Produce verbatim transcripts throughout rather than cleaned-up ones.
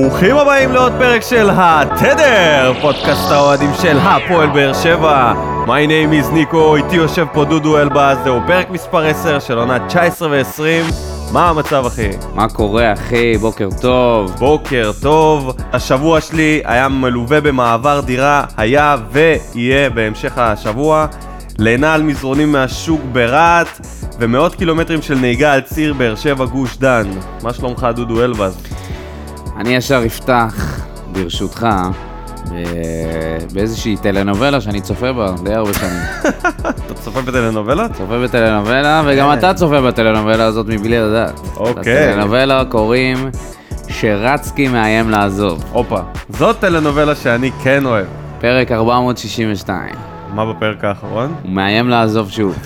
ברוכים הבאים לעוד פרק של התדר, פודקאסט האוהדים של הפועל באר שבע. My name is ניקו, איתי יושב פה דודו אלבאז, זהו פרק מספר עשר של עונה תשע עשרה ועשרים. מה המצב אחי? מה קורה אחי? בוקר טוב. בוקר טוב. השבוע שלי היה מלווה במעבר דירה, היה ויהיה בהמשך השבוע. לינה על מזרונים מהשוק ברעת ומאות קילומטרים של נהיגה על ציר באר שבע גוש דן. מה שלומך דודו אלבאז? אני ישר אפתח ברשותך באיזושהי טלנובלה שאני צופה בה די הרבה שנים. אתה צופה בטלנובלה? צופה בטלנובלה, וגם אתה צופה בטלנובלה הזאת מבלי לדעת. אוקיי. לטלנובלה קוראים שרצקי מאיים לעזוב. הופה, זאת טלנובלה שאני כן אוהב. פרק ארבע מאות שישים ושתיים. מה בפרק האחרון? הוא מאיים לעזוב שוב.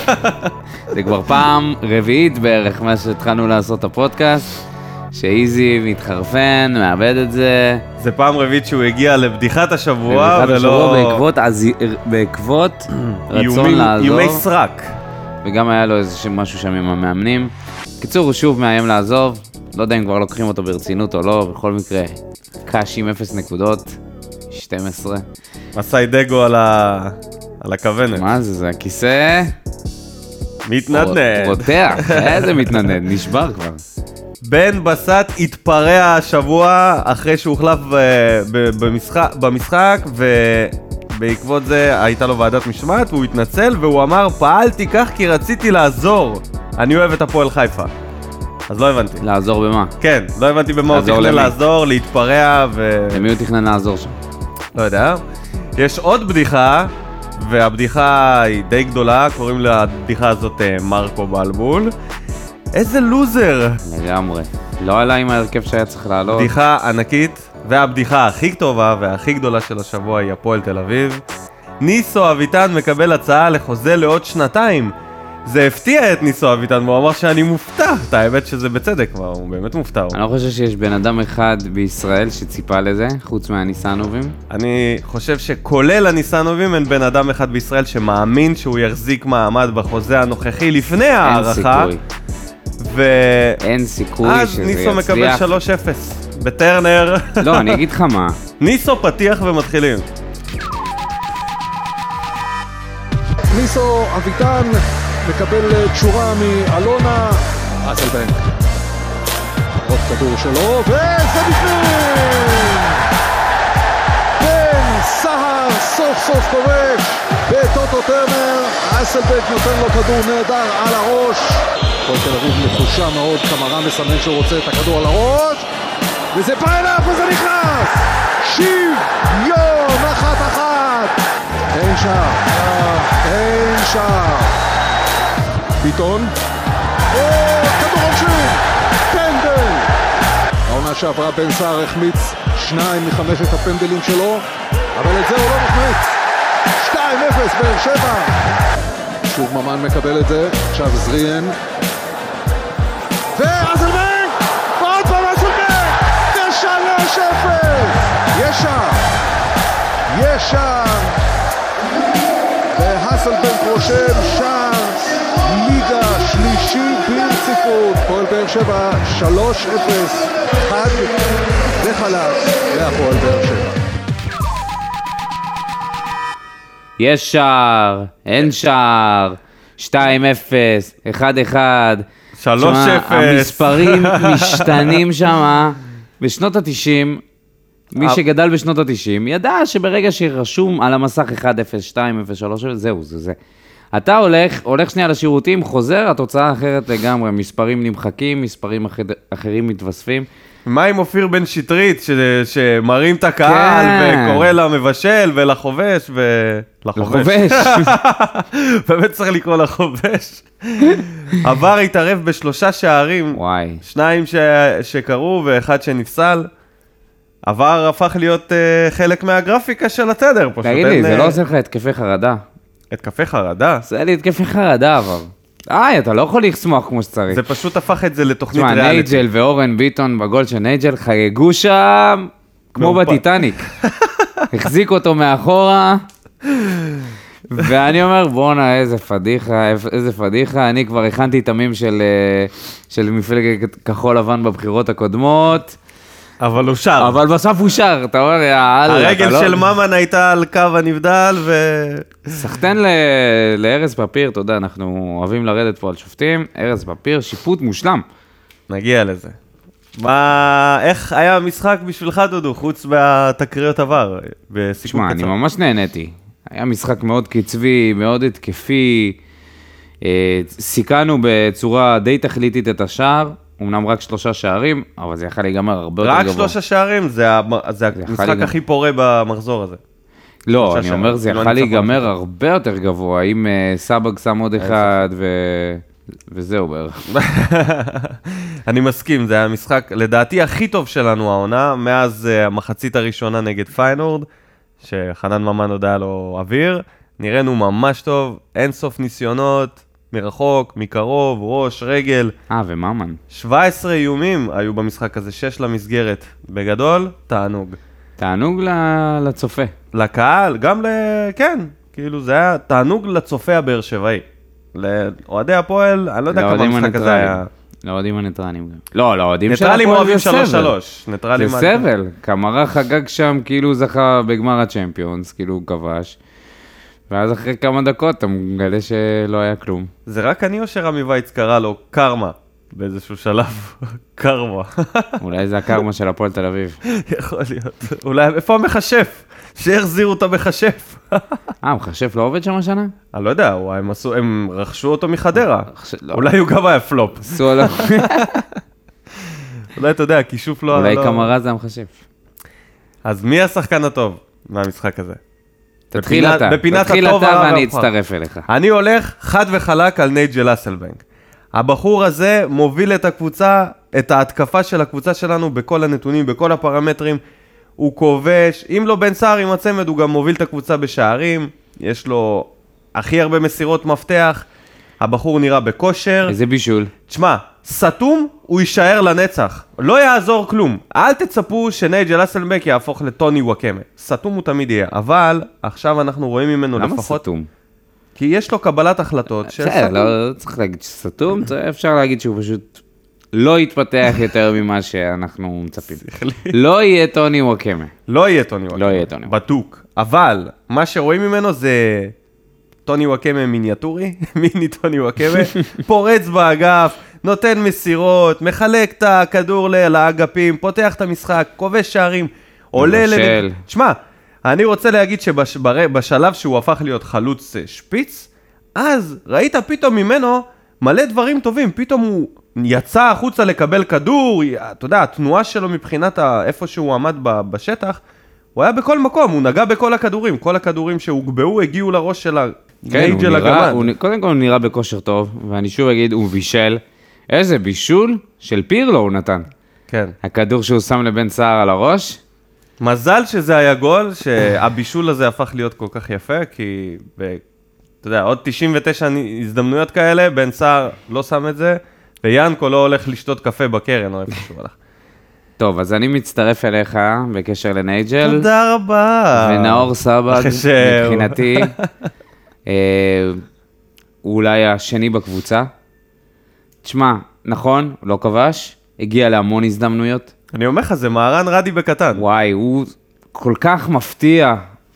זה כבר פעם רביעית בערך מה שהתחלנו לעשות את הפודקאסט. שאיזי מתחרפן, מאבד את זה. זה פעם רביעית שהוא הגיע לבדיחת השבוע, לבדיחת ולא... השבוע בעקבות, אז... בעקבות רצון איומים, לעזור. איומי סרק. וגם היה לו איזה משהו שם עם המאמנים. קיצור, הוא שוב מאיים לעזוב. לא יודע אם כבר לוקחים אותו ברצינות או לא, בכל מקרה, קש עם אפס נקודות, שתים עשרה. מסי דגו על, ה... על הכוונת. מה זה, זה הכיסא? מתנדנד. רותח, איזה מתנדנד, נשבר כבר. בן בסט התפרע השבוע אחרי שהוא הוחלף במשחק, במשחק ובעקבות זה הייתה לו ועדת משמעת והוא התנצל והוא אמר פעלתי כך כי רציתי לעזור. אני אוהב את הפועל חיפה. אז לא הבנתי. לעזור במה? כן, לא הבנתי במה הוא תכנן לעזור, להתפרע ו... למי הוא תכנן לעזור שם? לא יודע. יש עוד בדיחה והבדיחה היא די גדולה, קוראים לבדיחה הזאת מרקו בלבול. איזה לוזר. לגמרי. לא עלה עם ההרכב שהיה צריך לעלות. בדיחה ענקית, והבדיחה הכי טובה והכי גדולה של השבוע היא הפועל תל אביב. ניסו אביטן מקבל הצעה לחוזה לעוד שנתיים. זה הפתיע את ניסו אביטן, והוא אמר שאני מופתע. את האמת שזה בצדק, הוא באמת מופתע. אני לא חושב שיש בן אדם אחד בישראל שציפה לזה, חוץ מהניסנובים. אני חושב שכולל הניסנובים אין בן אדם אחד בישראל שמאמין שהוא יחזיק מעמד בחוזה הנוכחי לפני הערכה. אין סיכוי. ו... אין סיכוי שזה יצליח. אז ניסו מקבל שלוש אפס בטרנר. לא, אני אגיד לך מה. ניסו פתיח ומתחילים. ניסו אביטן מקבל תשורה מאלונה. אסלבנק. עוד כדור שלו, וזה בפנים! בן סהר סוף סוף כובש בטוטו טרנר. אסלבנק נותן לו כדור נהדר על הראש. כל תל אביב נחושה מאוד, קמרה מסמן שהוא רוצה את הכדור על הראש, וזה בא אליו וזה נכנס! שוויון אחת אחת! אין שער, אין שער. ביטון, או כדור עונשין, פנדל! העונה שעברה בן סער החמיץ שניים מחמשת הפנדלים שלו, אבל את זה הוא לא מחמיץ. שתיים אפס באר שבע. שוב ממן מקבל את זה, עכשיו זריאן. ואסלבנק! ועוד פעם אסלבנק! ושלוש אפס! יש שער! יש שער! ואסלבנק רושם שער ליגה שלישי ברציפות. פועל באר שבע שלוש אפס, חד וחלק להפועל באר שבע. יש שער, אין שער, שתיים אפס, אחד אחד. שלוש אפס. המספרים משתנים שם. בשנות ה-תשעים, מי שגדל בשנות ה-תשעים, ידע שברגע שרשום על המסך אחד אפס, שתיים אפס, שלוש אפס, זהו, זה זה. אתה הולך, הולך שנייה לשירותים, חוזר, התוצאה אחרת לגמרי, מספרים נמחקים, מספרים אחר, אחרים מתווספים. מה עם אופיר בן שטרית, ש... שמרים את הקהל, כן. וקורא למבשל ולחובש, ו... לחובש. באמת צריך לקרוא לחובש. עבר התערב בשלושה שערים, וואי. שניים ש... שקרו ואחד שנפסל. עבר הפך להיות uh, חלק מהגרפיקה של התדר. תגיד לי, זה לא עושה לך התקפי חרדה? התקפי חרדה? זה לי התקפי חרדה, אבל... איי, אתה לא יכול לשמוח כמו שצריך. זה פשוט הפך את זה לתוכנית ריאליטי. ריאליטי. נייג'ל ואורן ביטון בגול של נייג'ל חגגו שם כמו בטיטניק. החזיק אותו מאחורה, ואני אומר, בואנה, איזה פדיחה, איזה פדיחה. אני כבר הכנתי תמים של, של מפלגת כחול לבן בבחירות הקודמות. אבל הוא שר. אבל בסוף הוא שר, אתה אומר, יאללה, הרגל של ממן הייתה על קו הנבדל, ו... סחטן לארז פפיר, אתה יודע, אנחנו אוהבים לרדת פה על שופטים, ארז פפיר, שיפוט מושלם. נגיע לזה. מה, איך היה המשחק בשבילך, דודו, חוץ מהתקריות עבר, בסיכום תשמע, קצר? אני ממש נהניתי. היה משחק מאוד קצבי, מאוד התקפי. אה, סיכנו בצורה די תכליתית את השער, אמנם רק שלושה שערים, אבל זה יכל להיגמר הרבה יותר רק גבוה. שלושה שערים, זה המ- זה המשחק להיגמר. הכי פורה במחזור הזה. לא, שלושה אני שערים. אומר, זה כאילו יכל הניצחון להיגמר הכי טוב. הרבה יותר גבוה, אם אה, סבג שם עוד אחד, ו... וזהו בערך. אני מסכים, זה היה המשחק, לדעתי, הכי טוב שלנו העונה, מאז uh, המחצית הראשונה נגד פיינורד, שחנן ממן עוד היה לו אוויר, נראינו ממש טוב, אין סוף ניסיונות, מרחוק, מקרוב, ראש, רגל, אה, וממן. שבע עשרה איומים היו במשחק הזה, שש למסגרת, בגדול, תענוג. תענוג ל- לצופה. לקהל, גם ל... כן, כאילו זה היה תענוג לצופה הבאר שבעי. לאוהדי הפועל, אני לא יודע כמה לאוהדים המשחק הזה היה. לאוהדים הניטרלים גם. לא, לאוהדים של ניטרלים הפועל אוהבים זה שלוש סבל. שלוש. ניטרלים... זה סבל. קמרה חגג שם כאילו הוא זכה בגמר הצ'מפיונס, כאילו הוא כבש. ואז אחרי כמה דקות אתה מגלה שלא היה כלום. זה רק אני או שרמי וייץ קרא לו קרמה באיזשהו שלב? קרמה. אולי זה הקרמה של הפועל תל אביב. יכול להיות. אולי, איפה המחשף? שהחזירו את המחשף. אה, מחשף לא עובד שם השנה? אני לא יודע, וואי, הם, עשו, הם רכשו אותו מחדרה. לא. אולי הוא גם היה פלופ. עשו עליו. אולי אתה יודע, כישוף לא... אולי לא... קמרה זה המחשף. אז מי השחקן הטוב מהמשחק הזה? תתחיל בפינת- אתה, בפינת תתחיל הטוב אתה הרע ואני והמכוער. אצטרף אליך. אני הולך חד וחלק על נייג'ל אסלבנק. הבחור הזה מוביל את הקבוצה, את ההתקפה של הקבוצה שלנו בכל הנתונים, בכל הפרמטרים. הוא כובש, אם לא בן סער עם הצמד, הוא גם מוביל את הקבוצה בשערים. יש לו הכי הרבה מסירות מפתח. הבחור נראה בכושר. איזה בישול. תשמע, סתום הוא יישאר לנצח. לא יעזור כלום. אל תצפו שנייג'ל אסלבנק יהפוך לטוני וואקמה. סתום הוא תמיד יהיה. אבל עכשיו אנחנו רואים ממנו למה לפחות... סתום? כי יש לו קבלת החלטות של בסדר, סתום. לא צריך להגיד שסתום, אפשר להגיד שהוא פשוט לא יתפתח יותר ממה שאנחנו מצפים. לא יהיה טוני וואקמה. לא יהיה טוני וואקמה. לא יהיה טוני וואקמה. בדוק. אבל מה שרואים ממנו זה טוני וואקמה מיניאטורי, מיני טוני וואקמה, פורץ באגף, נותן מסירות, מחלק את הכדור ל- לאגפים, פותח את המשחק, כובש שערים, עולה מבשל. למד... שמע, אני רוצה להגיד שבשלב שהוא הפך להיות חלוץ אה, שפיץ, אז ראית פתאום ממנו מלא דברים טובים, פתאום הוא יצא החוצה לקבל כדור, אתה יודע, התנועה שלו מבחינת ה- איפה שהוא עמד ב- בשטח, הוא היה בכל מקום, הוא נגע בכל הכדורים, כל הכדורים שהוגבהו הגיעו לראש של כן, הוא הנייג'ל נראה, הגמד. הוא, קודם כל הוא נראה בכושר טוב, ואני שוב אגיד, הוא בישל. איזה בישול של פירלו הוא נתן. כן. הכדור שהוא שם לבן סער על הראש, מזל שזה היה גול, שהבישול הזה הפך להיות כל כך יפה, כי ב, אתה יודע, עוד תשעים ותשע הזדמנויות כאלה, בן סער לא שם את זה, ויאנקו לא הולך לשתות קפה בקרן, או איפה שהוא הלך. טוב, אז אני מצטרף אליך בקשר לנייג'ל. תודה רבה. ונאור סבג, חשב. מבחינתי, אה, הוא אולי השני בקבוצה. תשמע, נכון, לא כבש, הגיע להמון הזדמנויות. אני אומר לך, זה מהרן רדי בקטן. וואי, הוא כל כך מפתיע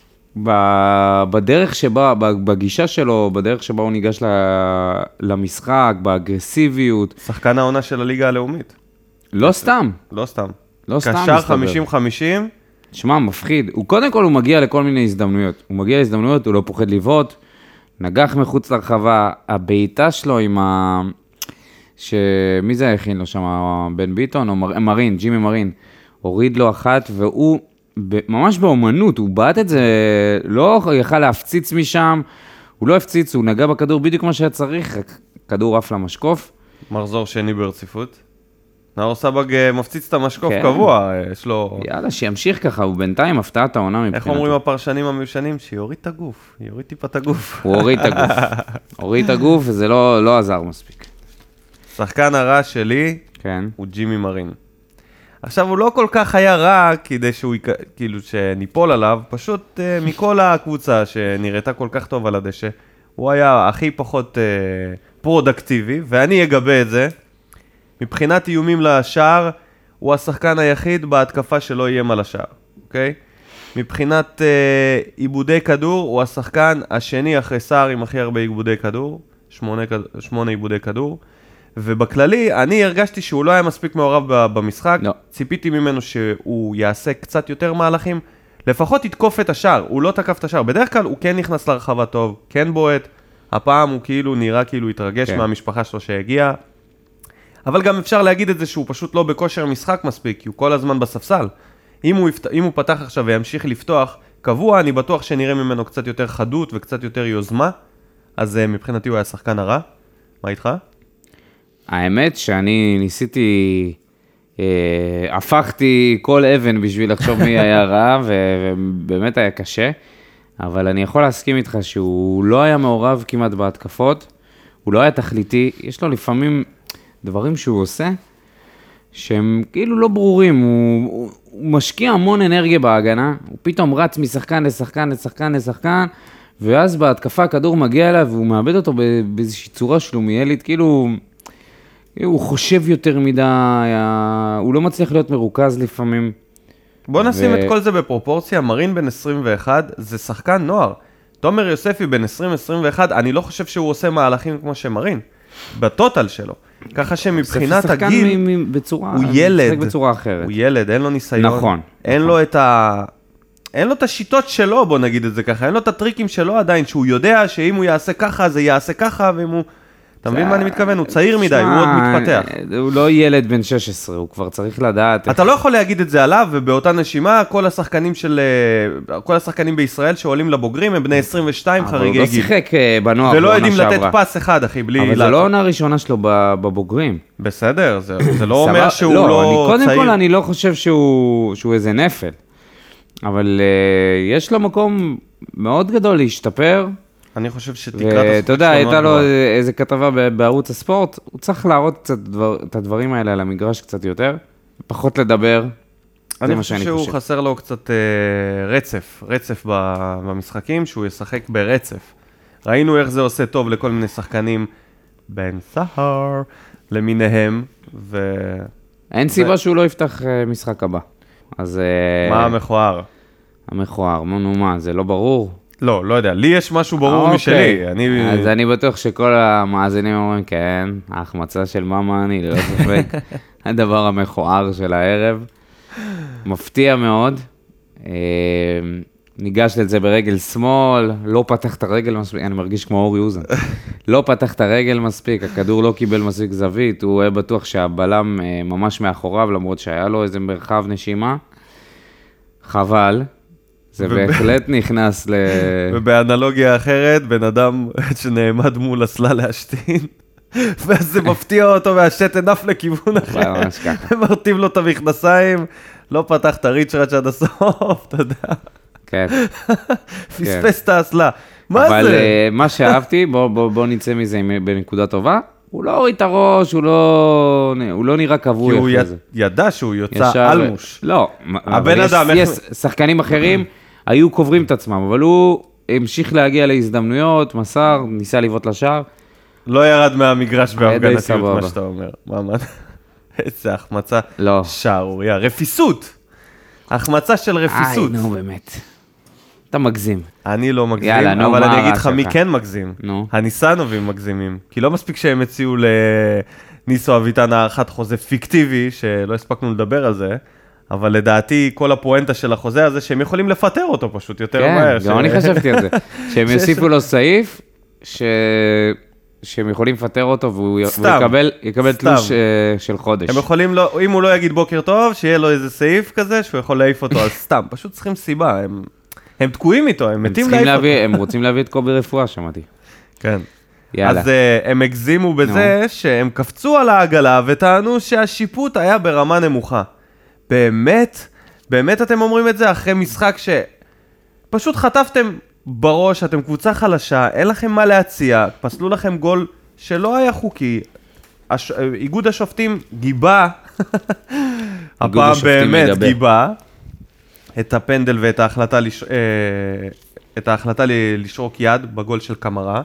ב- בדרך שבה, ב- בגישה שלו, בדרך שבה הוא ניגש ל- למשחק, באגרסיביות. שחקן העונה של הליגה הלאומית. לא סתם, לא סתם. לא סתם קשר מסתבר. חמישים חמישים, שמע, מפחיד. הוא קודם כל הוא מגיע לכל מיני הזדמנויות. הוא מגיע להזדמנויות, הוא לא פוחד לבעוט, נגח מחוץ לרחבה, הבעיטה שלו עם ה... ש... מי זה הכין לו שם? בן ביטון או מר... מרין, ג'ימי מרין. הוריד לו אחת והוא ב... ממש באומנות, הוא בעט את זה, לא יכל להפציץ משם, הוא לא הפציץ, הוא נגע בכדור בדיוק מה שהיה צריך, רק כדור עף למשקוף. מחזור שני ברציפות. נאור סבג אה, מפציץ את המשקוף כן. קבוע, אה, יש לו... יאללה, שימשיך ככה, הוא בינתיים הפתעת העונה מבחינתי. איך אומרים הפרשנים המיושנים? שיוריד את הגוף, יוריד טיפה את הגוף. הוא הוריד את הגוף. הוריד את הגוף וזה לא, לא עזר מספיק. שחקן הרע שלי כן. הוא ג'ימי מרין. עכשיו, הוא לא כל כך היה רע כדי שהוא, יק- כאילו, שניפול עליו, פשוט uh, מכל הקבוצה שנראתה כל כך טוב על הדשא, הוא היה הכי פחות uh, פרודקטיבי, ואני אגבה את זה. מבחינת איומים לשער, הוא השחקן היחיד בהתקפה שלא איים על השער, אוקיי? מבחינת אה, עיבודי כדור, הוא השחקן השני אחרי סער עם הכי הרבה עיבודי כדור, שמונה, שמונה עיבודי כדור, ובכללי, אני הרגשתי שהוא לא היה מספיק מעורב במשחק, לא. ציפיתי ממנו שהוא יעשה קצת יותר מהלכים, לפחות יתקוף את השער, הוא לא תקף את השער, בדרך כלל הוא כן נכנס לרחבה טוב, כן בועט, הפעם הוא כאילו נראה כאילו התרגש כן. מהמשפחה שלו שהגיע, אבל גם אפשר להגיד את זה שהוא פשוט לא בכושר משחק מספיק, כי הוא כל הזמן בספסל. אם הוא, יפת... אם הוא פתח עכשיו וימשיך לפתוח קבוע, אני בטוח שנראה ממנו קצת יותר חדות וקצת יותר יוזמה, אז uh, מבחינתי הוא היה שחקן הרע. מה איתך? האמת שאני ניסיתי, אה, הפכתי כל אבן בשביל לחשוב מי היה רע, ו- ובאמת היה קשה, אבל אני יכול להסכים איתך שהוא לא היה מעורב כמעט בהתקפות, הוא לא היה תכליתי, יש לו לפעמים דברים שהוא עושה, שהם כאילו לא ברורים, הוא, הוא, הוא משקיע המון אנרגיה בהגנה, הוא פתאום רץ משחקן לשחקן לשחקן לשחקן, ואז בהתקפה הכדור מגיע אליו, והוא מאבד אותו באיזושהי צורה שלומיאלית, כאילו הוא חושב יותר מדי, הוא לא מצליח להיות מרוכז לפעמים. בוא נשים ו... את כל זה בפרופורציה, מרין בן עשרים ואחת זה שחקן נוער, תומר יוספי בן עשרים עשרים ואחת, אני לא חושב שהוא עושה מהלכים כמו שמרין, בטוטל שלו. ככה שמבחינת הגיל, מ- בצורה, הוא ילד, בצורה אחרת. הוא ילד, אין לו ניסיון, נכון, אין נכון. לו את ה... אין לו את השיטות שלו, בוא נגיד את זה ככה, אין לו את הטריקים שלו עדיין, שהוא יודע שאם הוא יעשה ככה, זה יעשה ככה, ואם הוא... אתה מבין מה אני מתכוון? הוא צעיר מדי, הוא עוד מתפתח. הוא לא ילד בן שש עשרה, הוא כבר צריך לדעת... אתה לא יכול להגיד את זה עליו, ובאותה נשימה, כל השחקנים של... כל השחקנים בישראל שעולים לבוגרים, הם בני עשרים ושתיים חריגי גיל. אבל הוא לא שיחק בנוער ולא יודעים לתת פס אחד, אחי, בלי... אבל זה לא עונה הראשונה שלו בבוגרים. בסדר, זה לא אומר שהוא לא צעיר. קודם כל, אני לא חושב שהוא איזה נפל. אבל יש לו מקום מאוד גדול להשתפר. אני חושב שתקרת הספורט... ואתה יודע, הייתה לו איזה כתבה בערוץ הספורט, הוא צריך להראות קצת את הדברים האלה על המגרש קצת יותר, פחות לדבר, אני חושב שהוא חסר לו קצת רצף, רצף במשחקים, שהוא ישחק ברצף. ראינו איך זה עושה טוב לכל מיני שחקנים, בן סהר, למיניהם, ו... אין סיבה שהוא לא יפתח משחק הבא. אז... מה המכוער? המכוער, נו מה, זה לא ברור? לא, לא יודע, לי יש משהו ברור משלי. אני... אז אני בטוח שכל המאזינים אומרים, כן, ההחמצה של מאמה, אני לא ספק, הדבר המכוער של הערב. מפתיע מאוד. ניגש לזה ברגל שמאל, לא פתח את הרגל מספיק, אני מרגיש כמו אורי אוזן. לא פתח את הרגל מספיק, הכדור לא קיבל מספיק זווית, הוא היה בטוח שהבלם ממש מאחוריו, למרות שהיה לו איזה מרחב נשימה. חבל. זה בהחלט נכנס ל... ובאנלוגיה אחרת, בן אדם שנעמד מול הסלה להשתין, ואז זה מפתיע אותו והשתן עף לכיוון אחר, ומרטיב לו את המכנסיים, לא פתח את הריצ'ראץ' עד הסוף, אתה יודע. כן. פספס את הסלה. מה זה? אבל מה שאהבתי, בוא נצא מזה בנקודה טובה, הוא לא הוריד את הראש, הוא לא נראה קבוי. כי הוא ידע שהוא יוצא אלמוש. לא, הבן אדם... יש שחקנים אחרים, היו קוברים את עצמם, אבל הוא המשיך להגיע להזדמנויות, מסר, ניסה לבעוט לשער. לא ירד מהמגרש בהפגנתיות, מה שאתה אומר. איזה החמצה. לא. שערוריה. רפיסות. החמצה של רפיסות. איי, נו, באמת. אתה מגזים. אני לא מגזים, יאללה, אבל אני אגיד לך מי כן מגזים. נו. הניסנובים מגזימים. כי לא מספיק שהם הציעו לניסו אביטן הערכת חוזה פיקטיבי, שלא הספקנו לדבר על זה, אבל לדעתי כל הפואנטה של החוזה הזה, שהם יכולים לפטר אותו פשוט יותר מהר. כן, גם אני חשבתי על זה. שהם יוסיפו לו סעיף, שהם יכולים לפטר אותו, והוא יקבל תלוש של חודש. הם יכולים, אם הוא לא יגיד בוקר טוב, שיהיה לו איזה סעיף כזה, שהוא יכול להעיף אותו על סתם. פשוט צריכים סיבה, הם... הם תקועים איתו, הם מתים להעיף אותו. הם רוצים להביא את קובי רפואה, שמעתי. כן. אז הם הגזימו בזה שהם קפצו על העגלה וטענו שהשיפוט היה ברמה נמוכה. באמת, באמת אתם אומרים את זה אחרי משחק שפשוט חטפתם בראש, אתם קבוצה חלשה, אין לכם מה להציע, פסלו לכם גול שלא היה חוקי. הש... איגוד השופטים גיבה, הפעם באמת גיבה, את הפנדל ואת ההחלטה, לש... את ההחלטה לשרוק יד בגול של קמרה.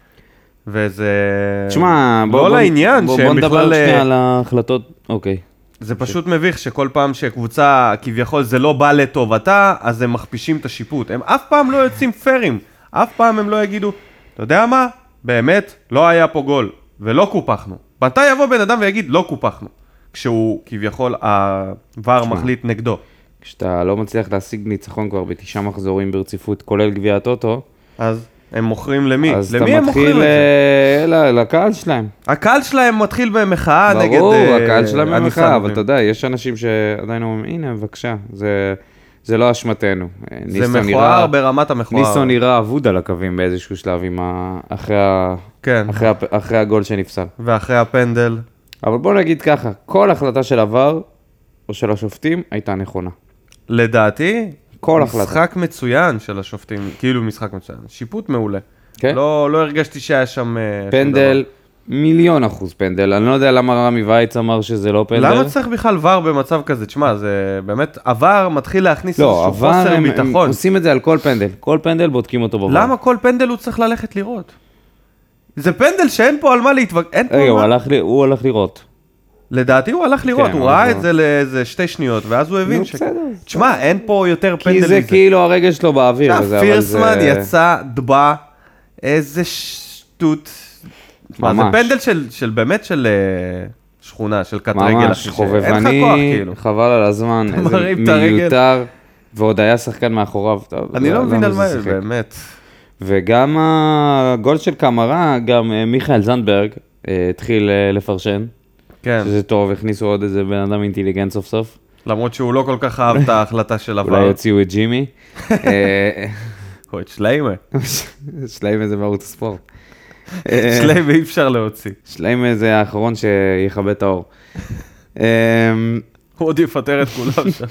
וזה... תשמע, בוא, לא בוא, לעניין בוא, שהם בוא נדבר בכלל... שנייה על ההחלטות, אוקיי. זה פשוט מביך שכל פעם שקבוצה כביכול זה לא בא לטובתה, אז הם מכפישים את השיפוט. הם אף פעם לא יוצאים פיירים, אף פעם הם לא יגידו, אתה יודע מה? באמת, לא היה פה גול, ולא קופחנו. מתי יבוא בן אדם ויגיד, לא קופחנו, כשהוא כביכול, העבר מחליט נגדו. כשאתה לא מצליח להשיג ניצחון כבר בתשעה מחזורים ברציפות, כולל גביע הטוטו, אז הם מוכרים למי? אז למי אתה הם מוכרים מתחיל את זה? אה, ל- לקהל שלהם. הקהל שלהם מתחיל במחאה נגד... ברור, אה, הקהל שלהם במחאה, הניסנובים. אבל אתה יודע, יש אנשים שעדיין אומרים, הנה, בבקשה, זה, זה לא אשמתנו. זה ניסו מכוער נראה- ברמת המכוער. ניסו נראה אבוד על הקווים באיזשהו שלב עם ה... אחרי, ה... כן, אחרי, הפ... אחרי הגול שנפסל. ואחרי הפנדל. אבל בוא נגיד ככה, כל החלטה של עבר או של השופטים הייתה נכונה. לדעתי, כל החלטה. משחק מצוין של השופטים, כאילו משחק מצוין, שיפוט מעולה. כן? לא, לא הרגשתי שהיה שם... אה, שום פנדל, מיליון אחוז פנדל. אני לא יודע למה רמי וייץ אמר שזה לא פנדל. למה צריך בכלל ור במצב כזה? תשמע, זה באמת, עבר מתחיל להכניס לא, איזשהו אבל חוסר הם, הם ביטחון. עושים את זה על כל פנדל. כל פנדל בודקים אותו בבר. למה כל פנדל הוא צריך ללכת לראות? זה פנדל שאין פה על מה להתווכח, אין פה רגע, על הוא מה... הלך, ל... הוא הלך לראות. לדעתי הוא הלך לראות, כן, הוא הוא ראה הלך את זה לאיזה שתי שניות, ואז הוא הבין נו, ש... בסדר. תשמע, אין פה יותר פנדל כי מזה. זה כאילו הרגל שלו באוויר. וזה, אבל פירסמן זה... יצא דבה, איזה שטות. מה, זה ממש. פנדל של, של באמת של אה, שכונה, של קט רגל. ממש אחי, שאין לך חובבני, כוח, כאילו. חבל על הזמן, איזה מרים את הרגל. מיותר, ועוד היה שחקן מאחוריו. טוב, אני לא מבין על מה, זה שיחק. באמת. וגם הגול של קמרה, גם אה, מיכאל זנדברג אה, התחיל אה, לפרשן, כן, שזה טוב, הכניסו עוד איזה בן אדם אינטליגנט סוף סוף. למרות שהוא לא כל כך אהב את ההחלטה של אולי עבר. יוציאו את ג'ימי. אה, או את שליימה. שליימה זה בערוץ הספורט. אה, שליימה אי אפשר להוציא. שליימה זה האחרון שיכבה את האור. אה, הוא עוד יפטר את כולם שם.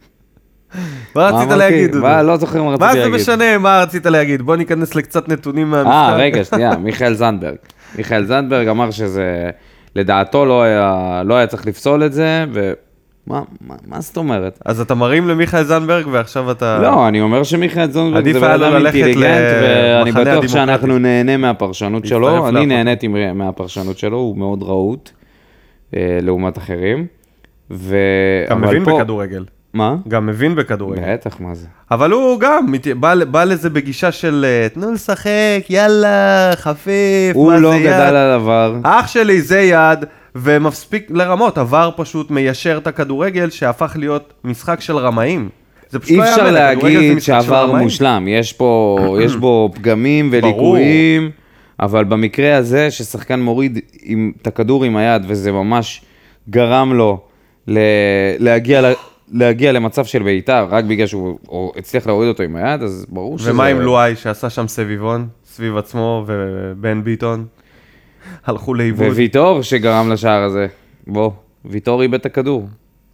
מה רצית אמרתי? להגיד? מה, דודו? לא זוכר מה רציתי מה להגיד. זה משנה מה רצית להגיד? בוא ניכנס לקצת נתונים מהמשחק. אה, רגע, שנייה, מיכאל זנדברג. מיכאל זנדברג אמר שזה, לדעתו לא היה, לא היה צריך לפסול את זה, ומה מה, מה זאת אומרת? אז אתה מרים למיכאל זנדברג ועכשיו אתה... לא, אני אומר שמיכאל זנדברג עדיף זה היה בן לו אדם ללכת אינטליגנט, ואני למחנה בטוח הדמוקרטי. שאנחנו נהנה מהפרשנות שלו, להצטרף אני להפ- נהניתי מ- מהפרשנות שלו, הוא מאוד רהוט, אה, לעומת אחרים. ו... גם אבל מבין פה- בכדורגל. מה? גם מבין בכדורגל. בטח, מה זה? אבל הוא גם מת... בא, בא לזה בגישה של אה, תנו לשחק, יאללה, חפיף, הוא מה לא זה גדל יד. על עבר. אח שלי זה יד, ומספיק לרמות, עבר פשוט מיישר את הכדורגל שהפך להיות משחק של רמאים. זה פשוט אי לא אפשר יאמן, הכדורגל זה להגיד משחק של שעבר רמאים. מושלם, יש פה, יש בו פגמים וליקויים, אבל במקרה הזה ששחקן מוריד עם, את הכדור עם היד, וזה ממש גרם לו ל, להגיע, ל- להגיע למצב של בעיטה, רק בגלל שהוא או הצליח להוריד אותו עם היד, אז ברור שזה... ומה עם לואי שעשה שם סביבון, סביב עצמו, ובן ביטון? הלכו לאיבוד. וויטור שגרם לשער הזה. בוא, ויטור איבד את הכדור.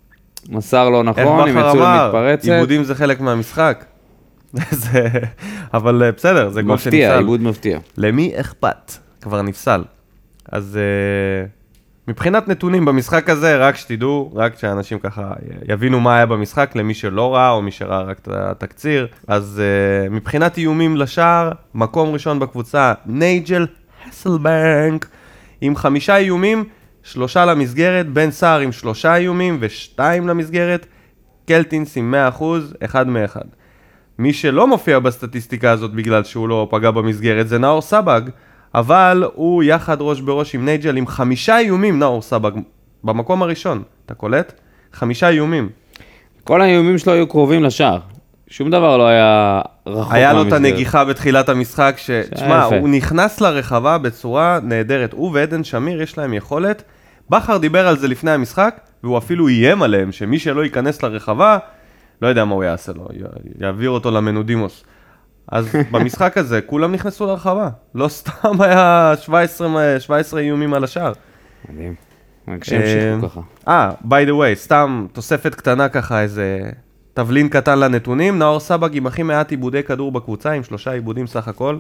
מסר לא איך נכון, הם בכר יצאו אמר, למתפרצת. עיבודים זה חלק מהמשחק. זה... אבל אה, בסדר, זה גול מפתיע, שנפסל. עיבוד מפתיע. למי אכפת? כבר נפסל. אז uh, מבחינת נתונים במשחק הזה, רק שתדעו, רק שאנשים ככה יבינו מה היה במשחק, למי שלא ראה או מי שראה רק את התקציר. אז uh, מבחינת איומים לשער, מקום ראשון בקבוצה, נייג'ל הסלבנק, עם חמישה איומים, שלושה למסגרת, בן סער עם שלושה איומים ושתיים למסגרת, קלטינס עם מאה אחוז, אחד מאחד. מי שלא מופיע בסטטיסטיקה הזאת בגלל שהוא לא פגע במסגרת זה נאור סבג, אבל הוא יחד ראש בראש עם נייג'ל עם חמישה איומים, נאור סבג, במקום הראשון, אתה קולט? חמישה איומים. כל האיומים שלו היו קרובים לשער. שום דבר לא היה רחוק היה לו את מהמסגרת. הנגיחה בתחילת המשחק, ש... תשמע, יפה. הוא נכנס לרחבה בצורה נהדרת. הוא ועדן שמיר יש להם יכולת. בכר דיבר על זה לפני המשחק, והוא אפילו איים עליהם, שמי שלא ייכנס לרחבה, לא יודע מה הוא יעשה לו, י- יעביר אותו למנודימוס. אז במשחק הזה כולם נכנסו לרחבה. לא סתם היה שבע עשרה, שבע עשרה איומים על השער. מדהים. רק שהמשיכו ככה. אה, by the way, סתם תוספת קטנה ככה, איזה תבלין קטן לנתונים. נאור סבג עם הכי מעט עיבודי כדור בקבוצה, עם שלושה עיבודים סך הכל.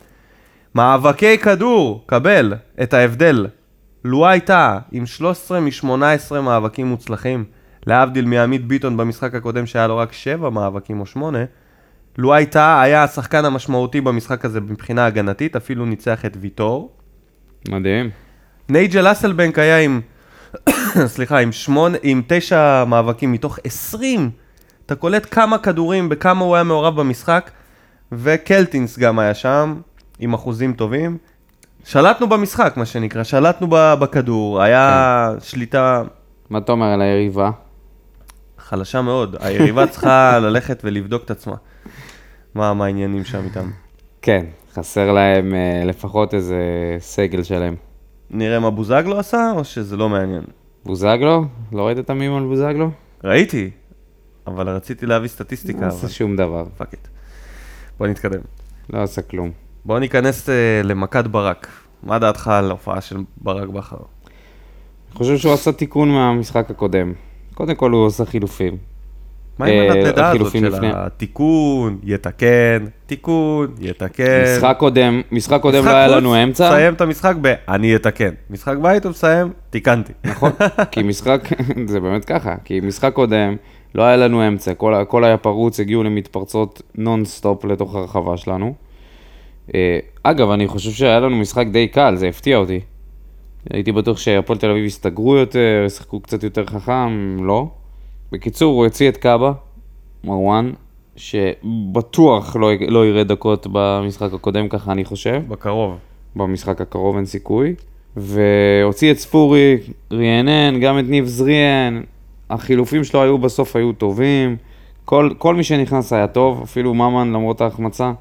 מאבקי כדור, קבל את ההבדל. לואי טאה עם שלוש עשרה מ-שמונה עשרה מאבקים מוצלחים. להבדיל מעמית ביטון במשחק הקודם שהיה לו רק שבע מאבקים או שמונה. לואי טאה היה השחקן המשמעותי במשחק הזה מבחינה הגנתית, אפילו ניצח את ויטור. מדהים. נייג'ל אסלבנק היה עם סליחה, עם שמונה, עם תשע מאבקים מתוך עשרים, אתה קולט כמה כדורים, בכמה הוא היה מעורב במשחק, וקלטינס גם היה שם, עם אחוזים טובים. שלטנו במשחק, מה שנקרא, שלטנו בכדור, היה שליטה... מה אתה אומר על היריבה? חלשה מאוד, היריבה צריכה ללכת ולבדוק את עצמה. מה, מה העניינים שם איתם? כן, חסר להם אה, לפחות איזה סגל שלהם. נראה מה בוזגלו עשה, או שזה לא מעניין? בוזגלו? לא ראית את המים על בוזגלו? ראיתי, אבל רציתי להביא סטטיסטיקה. לא עושה שום דבר. פאק איט. בוא נתקדם. לא עושה כלום. בוא ניכנס uh, למכת ברק. מה דעתך על ההופעה של ברק בכר? אני חושב שהוא עשה תיקון מהמשחק הקודם. קודם כל הוא עושה חילופים. מה עם אה, הנדדה הזאת החילופים של לפני. התיקון, יתקן, תיקון, יתקן. משחק קודם, משחק קודם משחק לא היה חוץ, לנו אמצע. מסיים את המשחק ב- אני יתקן. משחק בית הוא מסיים, תיקנתי. נכון, כי משחק, זה באמת ככה, כי משחק קודם לא היה לנו אמצע, כל, הכל היה פרוץ, הגיעו למתפרצות נונסטופ לתוך הרחבה שלנו. אה, אגב, אני חושב שהיה לנו משחק די קל, זה הפתיע אותי. הייתי בטוח שהפועל תל אביב הסתגרו יותר, ישחקו קצת יותר חכם, לא. בקיצור, הוא הוציא את קאבה, מרואן, שבטוח לא, לא יראה דקות במשחק הקודם, ככה אני חושב. בקרוב. במשחק הקרוב אין סיכוי. והוציא את ספורי, ריאנן, גם את ניב זריאן. החילופים שלו היו בסוף היו טובים. כל, כל מי שנכנס היה טוב, אפילו ממן למרות ההחמצה.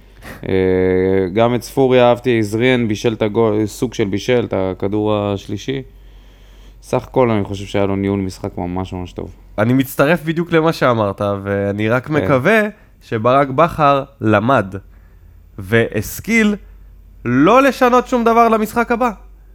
גם את ספורי אהבתי, זריאן בישל את הגול, סוג של בישל, את הכדור השלישי. סך הכל אני חושב שהיה לו ניהול משחק ממש ממש טוב. אני מצטרף בדיוק למה שאמרת, ואני רק מקווה שברק בכר למד והשכיל לא לשנות שום דבר למשחק הבא.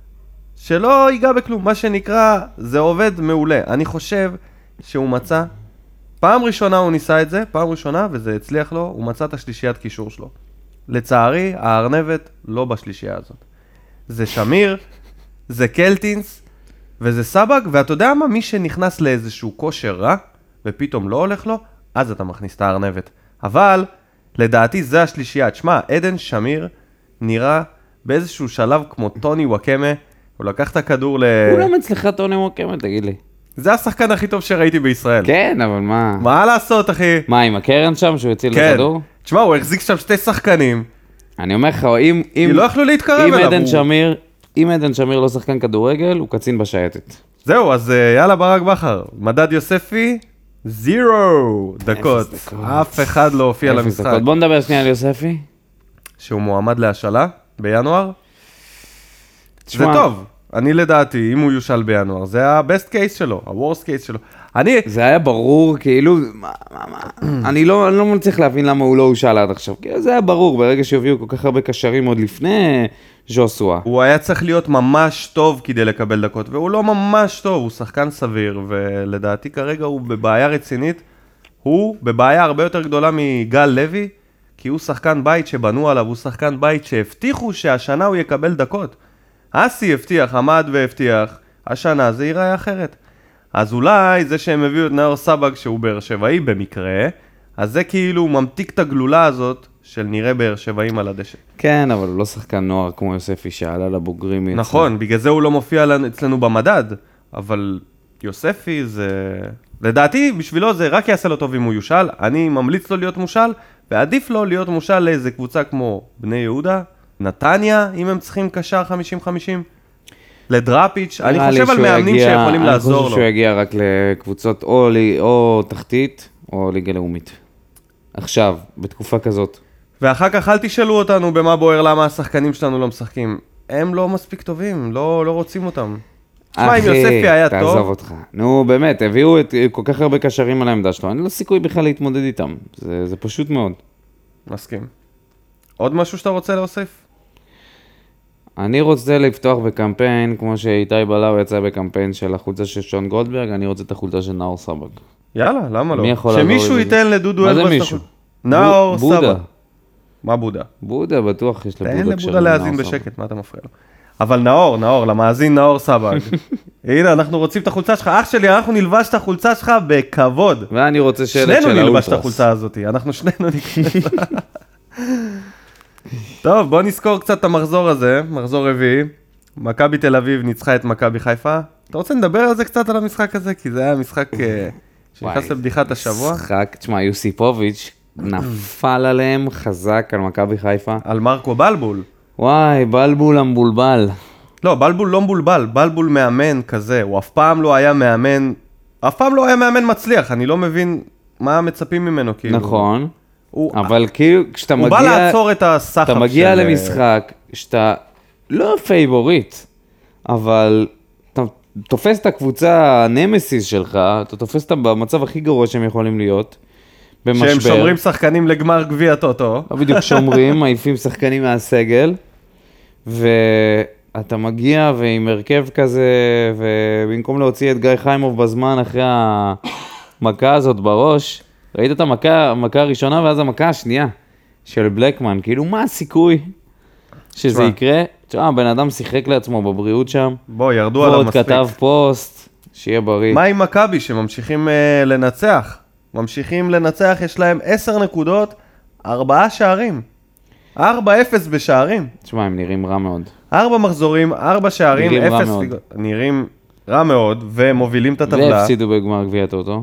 שלא ייגע בכלום. מה שנקרא, זה עובד מעולה. אני חושב שהוא מצא, פעם ראשונה הוא ניסה את זה, פעם ראשונה, וזה הצליח לו, הוא מצא את השלישיית קישור שלו. לצערי, הארנבת לא בשלישייה הזאת. זה שמיר, זה קלטינס, וזה סבק, ואתה יודע מה? מי שנכנס לאיזשהו כושר רע, ופתאום לא הולך לו, אז אתה מכניס את הארנבת. אבל, לדעתי זה השלישייה. תשמע, עדן שמיר נראה באיזשהו שלב כמו טוני וואקמה, הוא לקח את הכדור ל... כולם אצלך טוני וואקמה, תגיד לי. זה השחקן הכי טוב שראיתי בישראל. כן, אבל מה? מה לעשות, אחי? מה, עם הקרן שם שהוא הציל כן. לכדור? תשמע, הוא החזיק שם שתי שחקנים, אני אומר לך, אם... אם לא יכלו להתקרב אם אליו. עדן הוא- שמיר, אם עדן שמיר לא שחקן כדורגל, הוא קצין בשייטת. זהו, אז אה, יאללה ברק בכר. מדד יוספי, זירו דקות. אפס דקות. אף אחד לא הופיע אפס למשחק. דקות. בוא נדבר שנייה על יוספי. שהוא מועמד להשאלה בינואר. תשמע, זה טוב. אני לדעתי, אם הוא יושל בינואר, זה ה-best case שלו, ה-worst case שלו. אני, זה היה ברור, כאילו, מה, מה, מה, אני לא, אני לא מצליח להבין למה הוא לא הושאל עד עכשיו. כאילו, זה היה ברור, ברגע שהביאו כל כך הרבה קשרים עוד לפני ז'וסואה. הוא היה צריך להיות ממש טוב כדי לקבל דקות, והוא לא ממש טוב, הוא שחקן סביר, ולדעתי כרגע הוא בבעיה רצינית. הוא בבעיה הרבה יותר גדולה מגל לוי, כי הוא שחקן בית שבנו עליו, הוא שחקן בית שהבטיחו שהשנה הוא יקבל דקות. אסי הבטיח, עמד והבטיח, השנה זה ייראה אחרת. אז אולי זה שהם הביאו את נאור סבג שהוא באר שבעי במקרה, אז זה כאילו ממתיק את הגלולה הזאת של נראה באר שבעים על הדשא. כן, אבל הוא לא שחקן נוער כמו יוספי שעלה לבוגרים. מאצלנו. נכון, בגלל זה הוא לא מופיע לנו- אצלנו במדד, אבל יוספי זה... לדעתי, בשבילו זה רק יעשה לו טוב אם הוא יושל. אני ממליץ לו להיות מושל, ועדיף לו להיות מושל לאיזה קבוצה כמו בני יהודה, נתניה, אם הם צריכים קשר חמישים חמישים, לדראפיץ', אני נראה לי חושב על שהוא מאמנים יגיע- שיכולים לעזור אני לו. חושב שהוא יגיע רק לקבוצות או, לי- או תחתית או ליגה לאומית. עכשיו, בתקופה כזאת. ואחר כך אל תשאלו אותנו במה בוער למה השחקנים שלנו לא משחקים. הם לא מספיק טובים, לא, לא רוצים אותם. תשמע, אם יוספי היה תעזוב טוב, אותך. נו, באמת, הביאו את כל כך הרבה קשרים על העמדה שלו, אין לו סיכוי בכלל להתמודד איתם. זה, זה פשוט מאוד. מסכים. עוד משהו שאתה רוצה להוסיף? אני רוצה לפתוח בקמפיין, כמו שאיתי בלאו יצא בקמפיין של החולצה של שון גולדברג, אני רוצה את החולצה של נאור סבג. יאללה, למה לא? מי יכול לעזור שמישהו לי בזה? ייתן לדודו מה זה אלבס את מישהו? החולצה. נאור בו- בודה. סבא. מה בודה? בודה, בטוח יש לבודה תן קשרים לבודה עם להאזין נאור סבג. בשקט, מה אתה מפריע לו? אבל נאור, נאור, למאזין נאור סבג. הנה, אנחנו רוצים את החולצה שלך. אח שלי, אנחנו נלבש את החולצה שלך בכבוד. ואני רוצה שלט של שנינו האולטרס. נלבש את החולצה הזאת, אנחנו שנינו נקרא. טוב, בוא נזכור קצת את המחזור הזה, מחזור רביעי. מכבי תל אביב ניצחה את מכבי חיפה, אתה רוצה לדבר על זה קצת, על המשחק הזה? כי זה היה משחק שנכנס לבדיחת השבוע. משחק, תשמע, יוסיפוביץ' נפל עליהם חזק על מכבי חיפה. על מרקו בלבול. וואי, בלבול המבולבל. לא, בלבול לא מבולבל, בלבול מאמן כזה, הוא אף פעם לא היה מאמן, אף פעם לא היה מאמן מצליח, אני לא מבין מה מצפים ממנו, כאילו. נכון, הוא, אבל כאילו, כשאתה הוא מגיע... בא לעצור את הסחף של... אתה מגיע למשחק, שאתה לא פייבוריט, אבל אתה תופס את הקבוצה הנמסיס שלך, אתה תופס אותם במצב הכי גרוע שהם יכולים להיות, במשבר. שהם שומרים שחקנים לגמר גביע טוטו. לא בדיוק שומרים, מעיפים שחקנים מהסגל, ואתה מגיע ועם הרכב כזה, ובמקום להוציא את גיא חיימוב בזמן אחרי המכה הזאת בראש, ראית את המכה, המכה הראשונה ואז המכה השנייה של בלקמן, כאילו מה הסיכוי שזה תשמע. יקרה? תשמע, בן אדם שיחק לעצמו בבריאות שם, בוא, ירדו עליו ועוד מספיק. כתב פוסט, שיהיה בריא. מה עם מכבי שממשיכים uh, לנצח? ממשיכים לנצח, יש להם עשר נקודות, ארבעה שערים. ארבע אפס בשערים. תשמע, הם נראים רע מאוד. ארבע מחזורים, ארבע שערים, נראים רע אפס מאוד. ליגות. נראים רע מאוד, ומובילים את הטבלה. והפסידו בגמר גביע טוטו.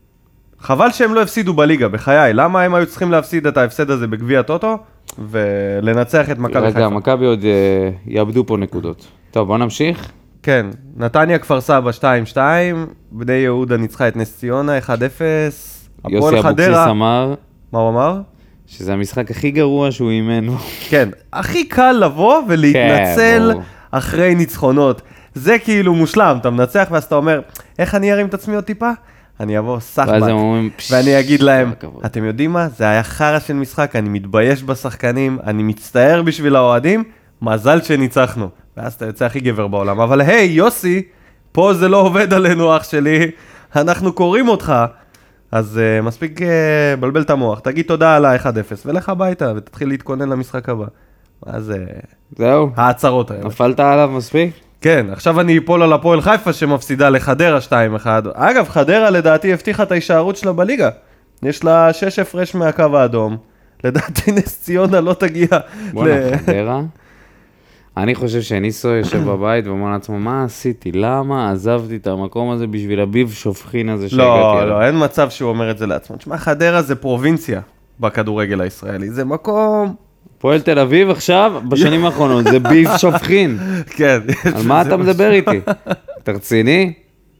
חבל שהם לא הפסידו בליגה, בחיי. למה הם היו צריכים להפסיד את ההפסד הזה בגביע טוטו, ולנצח את מכבי חיפה? רגע, מכבי עוד אה, יאבדו פה נקודות. טוב, בוא נמשיך. כן, נתניה כפר סבא שתיים שתיים, בני יהודה ניצחה את נס ציונה אחד אפס, יוסי הפועל אבוקסיס חדרה, אמר מה הוא אמר? שזה המשחק הכי גרוע שהוא אימן. כן, הכי קל לבוא ולהתנצל כן, ברור. אחרי ניצחונות. זה כאילו מושלם, אתה מנצח ואז אתה אומר, איך אני ארים את עצמי עוד טיפה? אני אבוא ואז סחבק, הם אומרים, "פש, ואני אגיד להם, כל הכבוד." אתם יודעים מה? זה היה חרא של משחק, אני מתבייש בשחקנים, אני מצטער בשביל האוהדים, מזל שניצחנו. ואז אתה יוצא הכי גבר בעולם. אבל היי, יוסי, פה זה לא עובד עלינו, אח שלי, אנחנו קוראים אותך. אז uh, מספיק uh, בלבל את המוח, תגיד תודה על ה-אחד אפס, ולך הביתה, ותתחיל להתכונן למשחק הבא. אז uh, זהו, ההצהרות האלה. נפלת עליו מספיק? כן, עכשיו אני אפול על הפועל חיפה שמפסידה לחדרה שתיים אחד. אגב, חדרה לדעתי הבטיחה את ההישארות שלה בליגה. יש לה שש הפרש מהקו האדום. לדעתי נס ציונה לא תגיע. בוא'נה, חדרה. אני חושב שניסו יושב בבית ואומר לעצמו, מה עשיתי? למה עזבתי את המקום הזה בשביל הביב שופכין הזה שהגעתי לא, אליו? לא, אין מצב שהוא אומר את זה לעצמו. תשמע, חדרה זה פרובינציה בכדורגל הישראלי. זה מקום... פועל תל אביב עכשיו, בשנים האחרונות, זה ביב שופכין. כן. על מה אתה מדבר איתי? אתה רציני?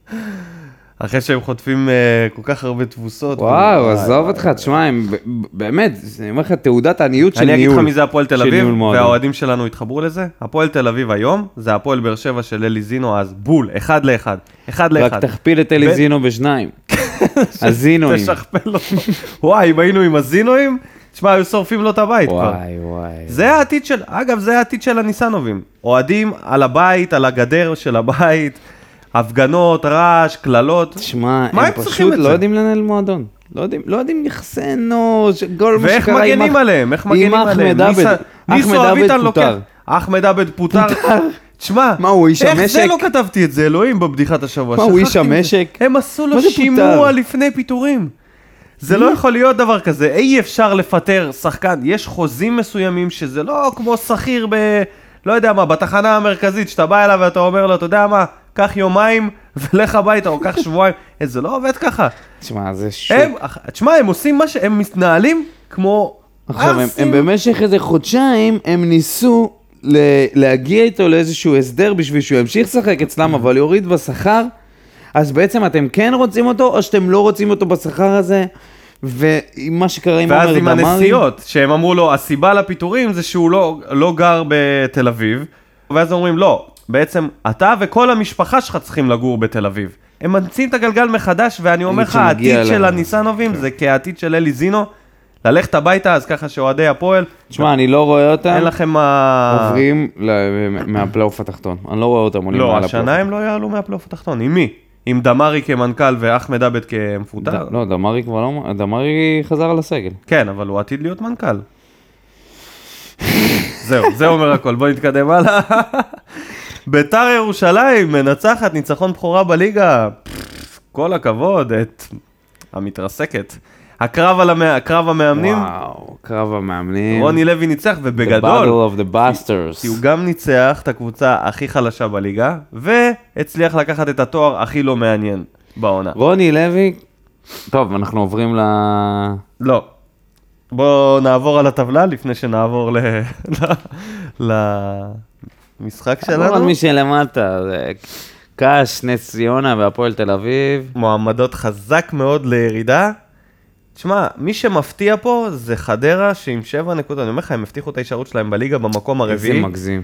אחרי שהם חוטפים uh, כל כך הרבה תבוסות. וואו, וואי, עזוב וואי. אותך, תשמע, הם ב- ב- באמת, אני אומר לך, תעודת עניות של אני ניהול. אגיד לך מי זה הפועל תל של אביב, ניהול מועדון. והאוהדים שלנו התחברו לזה. הפועל תל אביב היום, זה הפועל באר שבע של אלי זינו, אז בול, אחד לאחד. אחד רק לאחד. תכפיל את אלי ו- זינו בשניים. הזינואים. תשכפל אותו. וואי, אם היינו עם הזינואים, תשמע, היו שורפים לו את הבית כבר. וואי, וואי. זה העתיד של, אגב, זה העתיד של הניסנובים. אוהדים על הבית, על הגדר של הבית, הפגנות, רעש, קללות. תשמע, מה הם הם צריכים פשוט את לא זה? יודעים לנהל מועדון. לא יודעים, לא יודעים יחסי אנוש, כל מה ואיך שקרה עם מגנים אח- עליהם? איך מגנים עם עליהם? אחמד עבד. ניסו אחמד אביטן עבד לוקח. פוטר. אחמד עבד פוטר. תשמע, מה, הוא איש איך זה המשק? לא כתבתי את זה, אלוהים, בבדיחת השבוע? מה, הוא איש שכחתי מזה. המשק? הם עשו לו מה זה שימוע פוטר? לפני פיטורים. זה לא יכול להיות דבר כזה, אי אפשר לפטר שחקן, יש חוזים מסוימים שזה לא כמו שכיר ב... לא יודע מה, בתחנה המרכזית, שאתה בא אליו ואתה אומר לו, אתה יודע מה, קח יומיים ולך הביתה, או קח שבועיים, זה לא עובד ככה. תשמע, זה שוק. הם, תשמע, הם עושים מה שהם מתנהלים כמו... עכשיו, הם, ארסים. הם במשך איזה חודשיים, הם ניסו ל- להגיע איתו לאיזשהו הסדר בשביל שהוא ימשיך לשחק אצלם, אבל יוריד בשכר, אז בעצם אתם כן רוצים אותו, או שאתם לא רוצים אותו בשכר הזה, ומה שקרה עם עומר ואז דמרי... עם הנסיעות, שהם אמרו לו, הסיבה לפיטורים זה שהוא לא, לא גר בתל אביב, ואז אומרים, לא, בעצם אתה וכל המשפחה שלך צריכים לגור בתל אביב. הם ממציאים את הגלגל מחדש, ואני אומר לך, שמגיע העתיד של לה- הניסנובים זה כעתיד של אלי זינו, ללכת הביתה, אז ככה שאוהדי הפועל, תשמע, אני לא רואה אותם אין לכם מה... עוברים ל- מהפלייאוף התחתון. אני לא רואה אותם עולים לא, מעל השנה הפלייאוף. הם לא יעלו מהפלייאוף התחתון. עם מי? עם דמרי כמנכ"ל ואחמד עבד כמפוטר? ד- לא, דמרי כבר לא... דמרי חזר על הסגל. כן, אבל הוא עתיד להיות מנכ"ל. זהו, זה אומר הכל, בוא נתקדם הלאה. ביתר ירושלים מנצחת ניצחון בכורה בליגה, פפפ, כל הכבוד, את המתרסקת. הקרב על המא... קרב המאמנים, וואו, קרב המאמנים. רוני לוי ניצח, The ובגדול, Battle of the Bastards. כי הוא גם ניצח את הקבוצה הכי חלשה בליגה, והצליח לקחת את התואר הכי לא מעניין בעונה. רוני לוי, טוב, אנחנו עוברים ל... לא. בואו נעבור על הטבלה לפני שנעבור ל... ל... למשחק נעבור על שלנו. מי שלמטה, זה קאש, נס ציונה והפועל תל אביב. מועמדות חזק מאוד לירידה. תשמע, מי שמפתיע פה זה חדרה שעם שבע נקודות, אני אומר לך, הם הבטיחו את ההישארות שלהם בליגה במקום איזה הרביעי. מגזים.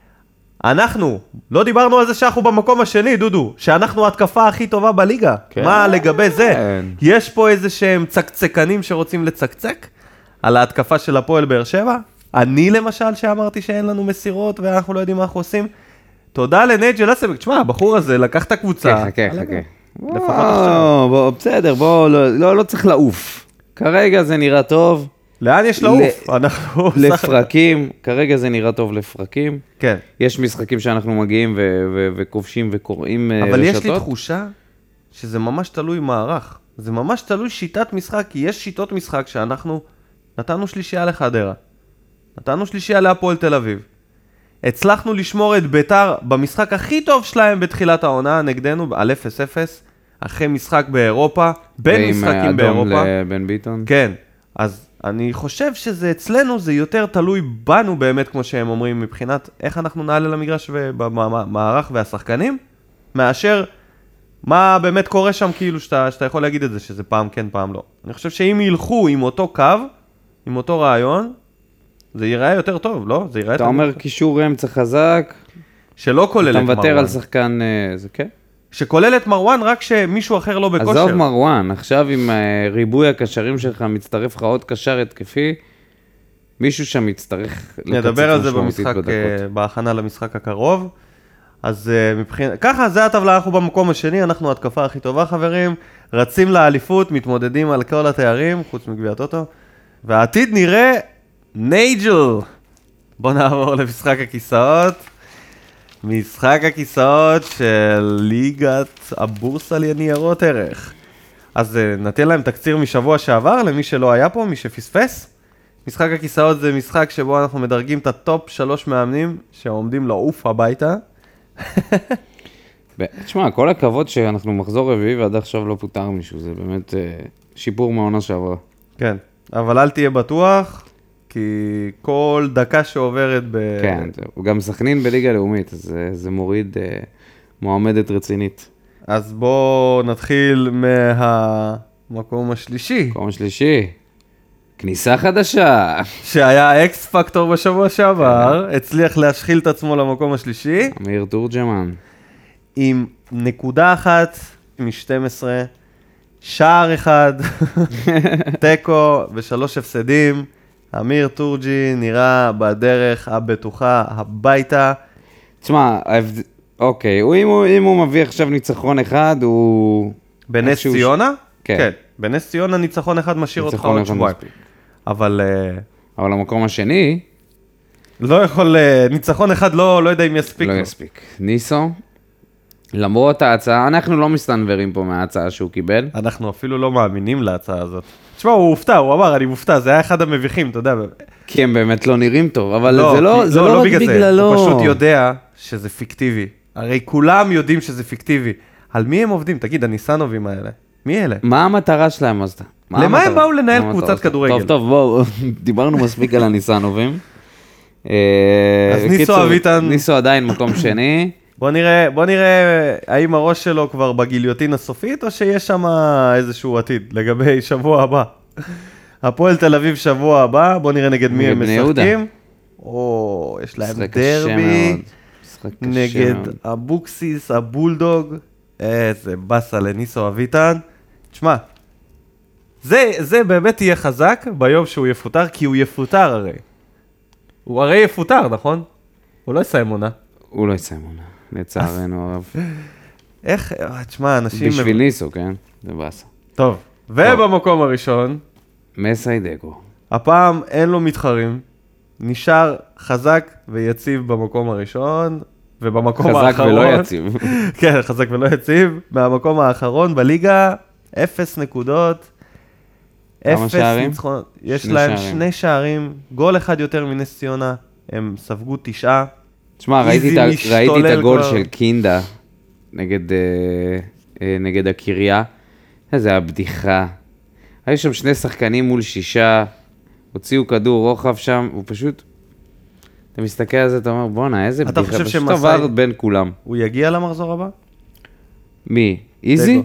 אנחנו, לא דיברנו על זה שאנחנו במקום השני, דודו, שאנחנו ההתקפה הכי טובה בליגה. כן. מה לגבי זה? כן. יש פה איזה שהם צקצקנים שרוצים לצקצק על ההתקפה של הפועל באר שבע? אני למשל שאמרתי שאין לנו מסירות ואנחנו לא יודעים מה אנחנו עושים. תודה לנייג'ל אסלבק, תשמע, הבחור הזה לקח את הקבוצה. חכה, חכה, חכה. לפחות עכשיו. בוא, בוא, בסדר, בוא, לא, לא, לא צריך לעוף. כרגע זה נראה טוב. לאן יש לעוף? אנחנו... לפרקים, כרגע זה נראה טוב לפרקים. כן. יש משחקים שאנחנו מגיעים ו- ו- וכובשים וקוראים אה, אבל רשתות. יש לי תחושה שזה ממש תלוי מערך. זה ממש תלוי שיטת משחק, כי יש שיטות משחק שאנחנו נתנו שלישייה לחדרה. נתנו שלישייה להפועל תל אביב. הצלחנו לשמור את ביתר במשחק הכי טוב שלהם בתחילת העונה נגדנו על אפס אפס, אחרי משחק באירופה, בין משחקים באירופה. ועם אדום לבן ביטון. כן, אז אני חושב שזה אצלנו, זה יותר תלוי בנו באמת, כמו שהם אומרים, מבחינת איך אנחנו נעלה למגרש ובמערך והשחקנים, מאשר מה באמת קורה שם, כאילו שאתה, שאתה יכול להגיד את זה, שזה פעם כן, פעם לא. אני חושב שאם ילכו עם אותו קו, עם אותו רעיון, זה ייראה יותר טוב, לא? זה ייראה אתה יותר אומר טוב. קישור אמצע חזק, שלא כולל את אתה מרואן. מוותר על שחקן, אה, זה כן? שכולל את מרואן רק שמישהו אחר לא בכושר. עזוב מרואן, עכשיו עם אה, ריבוי הקשרים שלך, מצטרף לך עוד קשר התקפי, מישהו שם יצטרך לקצץ נדבר על זה משמעותית במשחק, בדקות. אה, בהכנה למשחק הקרוב. אז אה, מבחינת, ככה זה הטבלה, אנחנו במקום השני, אנחנו התקפה הכי טובה חברים, רצים לאליפות, מתמודדים על כל התארים, חוץ מגביע הטוטו, והעתיד נראה נייג'ל. בוא נעבור למשחק הכיסאות. משחק הכיסאות של ליגת הבורסה לניירות ערך. אז אה, נתן להם תקציר משבוע שעבר, למי שלא היה פה, מי שפספס. משחק הכיסאות זה משחק שבו אנחנו מדרגים את הטופ שלוש מאמנים שעומדים לעוף הביתה. ב- תשמע, כל הכבוד שאנחנו מחזור רביעי ועד עכשיו לא פוטר מישהו, זה באמת אה, שיפור מעונה שעברה. כן, אבל אל תהיה בטוח, כי כל דקה שעוברת ב... כן, זהו. גם סכנין בליגה לאומית, אז זה, זה מוריד אה, מועמדת רצינית. אז בואו נתחיל מהמקום השלישי, מקום השלישי, כניסה חדשה. שהיה אקס פקטור בשבוע שעבר, הצליח להשחיל את עצמו למקום השלישי, אמיר תורג'מן. עם נקודה אחת מ-שתים עשרה, שער אחד, טקו ושלוש הפסדים. אמיר תורג'י נראה בדרך הבטוחה הביתה. תשמע, ההבד- אוקיי, הוא, אם, הוא, אם הוא מביא עכשיו ניצחון אחד, הוא... בנס איכשהו ש- ציונה? כן. כן. בנס ציונה ניצחון אחד משאיר אותך ניצחון עוד אחד שבועיים. מספיק. אבל אה, אבל המקום השני לא יכול, אה, ניצחון אחד לא, לא יודע אם יספיק. לא לו. יספיק. ניסו, למרות ההצעה, אנחנו לא מסתנוורים פה מההצעה שהוא קיבל. אנחנו אפילו לא מאמינים להצעה הזאת. תשמע, הוא הופתע, הוא אמר, אני מופתע, זה היה אחד המביכים, אתה יודע. כי הם באמת לא נראים טוב, אבל לא, זה לא, כי- זה לא, רק בגלל זה. בגללו. הוא פשוט יודע שזה פיקטיבי. הרי כולם יודעים שזה פיקטיבי. על מי הם עובדים? תגיד, הניסנובים האלה. מי אלה? מה המטרה שלהם אז? מה למה המטרה? הם באו לנהל מה קבוצת המטרה שלהם? כדורגל? טוב, טוב, בואו, דיברנו מספיק על הניסנובים. אה, אז ניסו בקיצור, אביטן- ניסו עדיין מקום שני. בוא נראה, בוא נראה האם הראש שלו כבר בגיליוטין הסופית, או שיש שם איזשהו עתיד לגבי שבוע הבא. הפועל תל אביב שבוע הבא, בוא נראה נגד מי נגד הם בני יהודה. משחקים. או, יש להם משחק קשה דרבי מאוד. משחק קשה נגד מאוד. אבוקסיס, הבולדוג. איזה באסה לניסו אביטן. תשמע, זה, זה באמת יהיה חזק ביום שהוא יפוטר, כי הוא יפוטר הרי. הוא הרי יפוטר, נכון? הוא לא יסיים עונה. הוא לא יצא מונה, לצערנו הרב. איך, אה, תשמע, אנשים... בשביל ניסו, כן? זה באסה. טוב, ובמקום הראשון, מסיידגו. הפעם אין לו מתחרים, נשאר חזק ויציב במקום הראשון, ובמקום חזק האחרון... ולא יציב. כן, חזק ולא יציב, מהמקום האחרון בליגה, אפס נקודות, כמה שערים? ניצחון, יש שני להם שערים. שני שערים, גול אחד יותר מנס ציונה, הם ספגו תשעה. תשמע, ראיתי, איזי את ה- משתולל ראיתי את הגול כבר. של קינדה נגד, אה, אה, נגד הקריה. זה היה בדיחה. היו שם שני שחקנים מול שישה, הוציאו כדור רוחב שם, הוא פשוט... אתה מסתכל על זה, אתה אומר, בואנה, איזה אתה בדיחה. חושב פשוט שמסאי- עבר בין כולם. הוא יגיע למחזור הבא? מי? איזי?